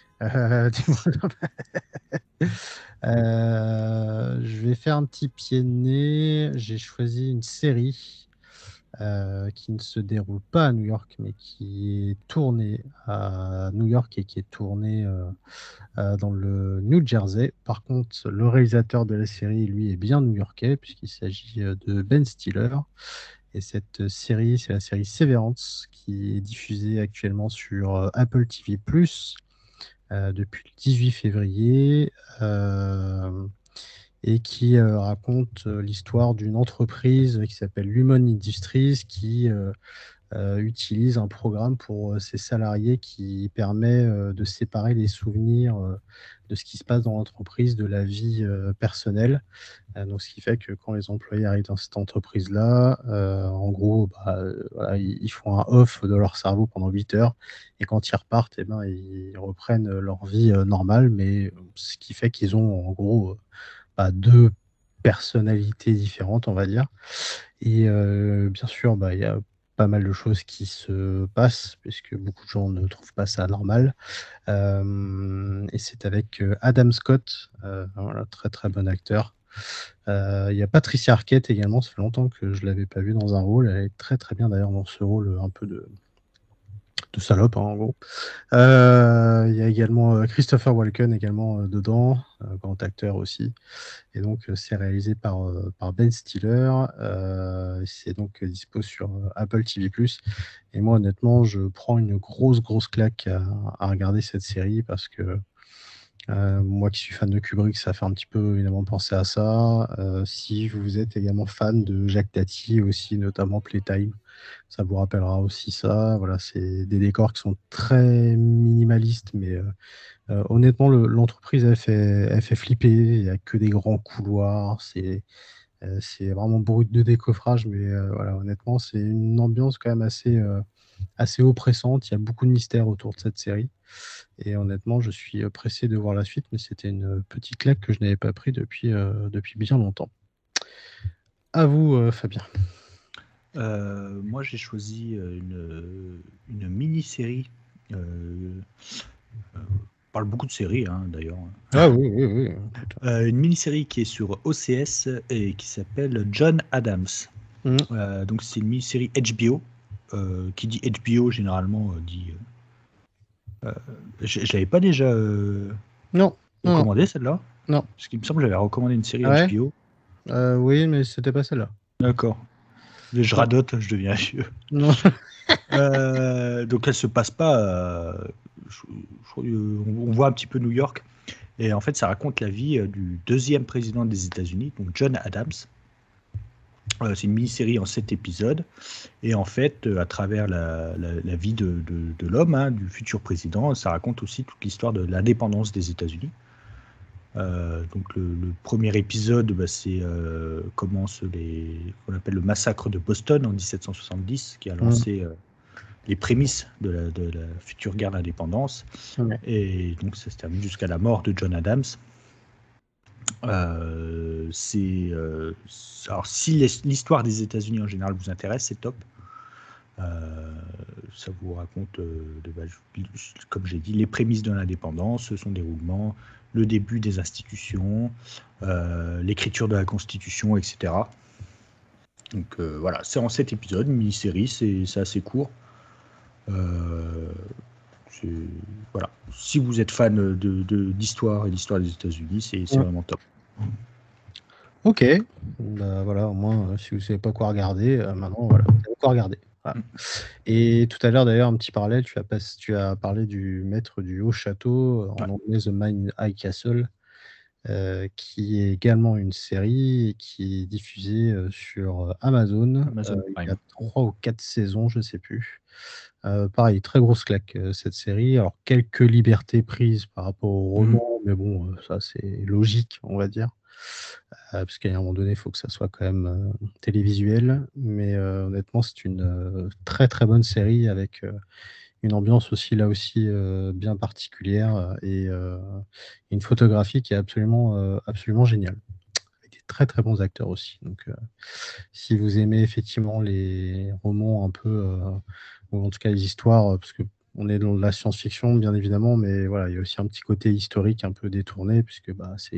S1: Je vais faire un petit pied de nez. J'ai choisi une série qui ne se déroule pas à New York, mais qui est tournée à New York et qui est tournée dans le New Jersey. Par contre, le réalisateur de la série, lui, est bien new-yorkais, puisqu'il s'agit de Ben Stiller. Et cette série, c'est la série Severance, qui est diffusée actuellement sur Apple TV+, depuis le 18 février, et qui raconte l'histoire d'une entreprise qui s'appelle Lumon Industries, qui utilise un programme pour ses salariés qui permet de séparer les souvenirs de ce qui se passe dans l'entreprise de la vie personnelle. Donc, ce qui fait que quand les employés arrivent dans cette entreprise-là, en gros, voilà, ils font un off de leur cerveau pendant 8 heures. Et quand ils repartent, ils reprennent leur vie normale. Mais ce qui fait qu'ils ont en gros deux personnalités différentes, on va dire. Et bien sûr, il y a pas mal de choses qui se passent, puisque beaucoup de gens ne trouvent pas ça normal. Et c'est avec Adam Scott, voilà, très très bon acteur. Il y a Patricia Arquette également, ça fait longtemps que je ne l'avais pas vue dans un rôle. Elle est très très bien d'ailleurs dans ce rôle un peu de salope, hein, en gros. Il y a également Christopher Walken également dedans, grand acteur aussi. Et donc c'est réalisé par Ben Stiller. C'est donc dispo sur Apple TV+. Et moi honnêtement, je prends une grosse claque à regarder cette série parce que moi qui suis fan de Kubrick, ça fait un petit peu évidemment penser à ça. Si vous êtes également fan de Jacques Tati aussi, notamment Playtime, ça vous rappellera aussi ça. Voilà, c'est des décors qui sont très minimalistes, mais honnêtement, l'entreprise, elle fait flipper. Il n'y a que des grands couloirs. C'est vraiment brut de décoffrage, mais voilà, honnêtement, c'est une ambiance quand même assez oppressante. Il y a beaucoup de mystères autour de cette série. Et honnêtement, je suis pressé de voir la suite, mais c'était une petite claque que je n'avais pas pris depuis bien longtemps. À vous, Fabien.
S2: Moi, j'ai choisi une mini-série. On parle beaucoup de séries, hein, d'ailleurs.
S1: Ah oui.
S2: Une mini-série qui est sur OCS et qui s'appelle John Adams. Donc, c'est une mini-série HBO. Qui dit HBO, généralement, dit... je l'avais pas déjà recommandé, celle-là?
S1: Non.
S2: Parce qu'il me semble que j'avais recommandé une série
S1: Ouais.
S2: HBO.
S1: Oui, mais c'était pas celle-là.
S2: D'accord. Je radote, je deviens vieux.
S1: Non.
S2: Donc elle se passe pas. On voit un petit peu New York. Et en fait, ça raconte la vie du deuxième président des États-Unis, donc John Adams. C'est une mini-série en 7 épisodes. Et en fait, à travers la vie de l'homme, hein, du futur président, ça raconte aussi toute l'histoire de l'indépendance des États-Unis. Donc le premier épisode, c'est commence qu'on appelle le massacre de Boston en 1770, qui a lancé les prémices de la future guerre d'indépendance.
S1: Ouais.
S2: Et donc ça se termine jusqu'à la mort de John Adams. Alors si l'histoire des États-Unis en général vous intéresse, c'est top. Ça vous raconte, comme j'ai dit, les prémices de l'indépendance, son déroulement, le début des institutions, l'écriture de la Constitution, etc. Donc voilà, c'est en 7 épisodes, une mini-série, c'est assez court. Voilà. Si vous êtes fan d'histoire et d'histoire des États-Unis, c'est vraiment top.
S1: Ok, bah, voilà, au moins, si vous ne savez pas quoi regarder, maintenant, voilà, vous savez quoi regarder. Voilà. Et tout à l'heure, d'ailleurs, un petit parallèle, tu as parlé du Maître du Haut Château, en anglais The Mine High Castle, qui est également une série qui est diffusée sur Amazon. Il y a 3 ou 4 saisons, je ne sais plus. Pareil, très grosse claque cette série. Alors, quelques libertés prises par rapport au roman, mais bon, ça c'est logique, on va dire. Parce qu'à un moment donné, il faut que ça soit quand même télévisuel. Mais honnêtement, c'est une très très bonne série avec une ambiance aussi là aussi bien particulière et une photographie qui est absolument géniale. Avec des très très bons acteurs aussi. Donc si vous aimez effectivement les romans un peu, ou en tout cas les histoires, parce qu'on est dans de la science-fiction bien évidemment, mais voilà, il y a aussi un petit côté historique un peu détourné, puisque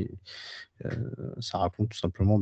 S1: ça raconte tout simplement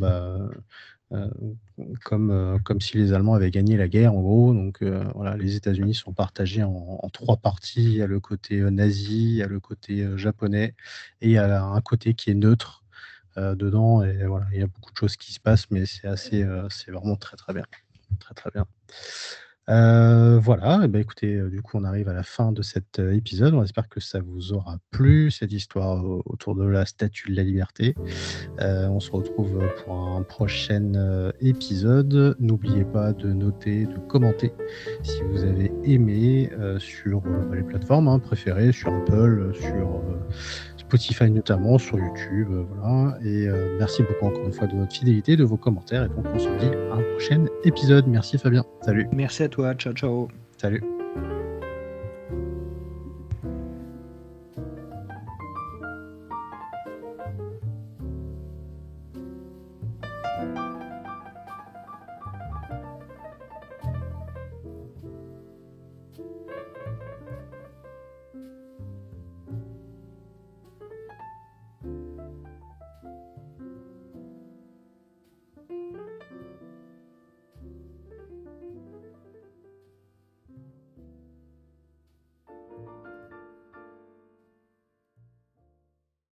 S1: comme si les Allemands avaient gagné la guerre en gros. Donc voilà, les États-Unis sont partagés en 3 parties. Il y a le côté nazi, il y a le côté japonais, et il y a un côté qui est neutre dedans. Et voilà, il y a beaucoup de choses qui se passent, mais c'est vraiment très très bien. Très très bien. Voilà, et ben écoutez, du coup, on arrive à la fin de cet épisode. On espère que ça vous aura plu, cette histoire autour de la Statue de la Liberté. On se retrouve pour un prochain épisode. N'oubliez pas de noter, de commenter si vous avez aimé sur les plateformes préférées, sur Apple, sur Spotify notamment, sur YouTube. Voilà. Et merci beaucoup encore une fois de votre fidélité, de vos commentaires. Et donc on se dit à un prochain épisode. Merci Fabien. Salut.
S2: Merci à toi. Ciao, ciao.
S1: Salut.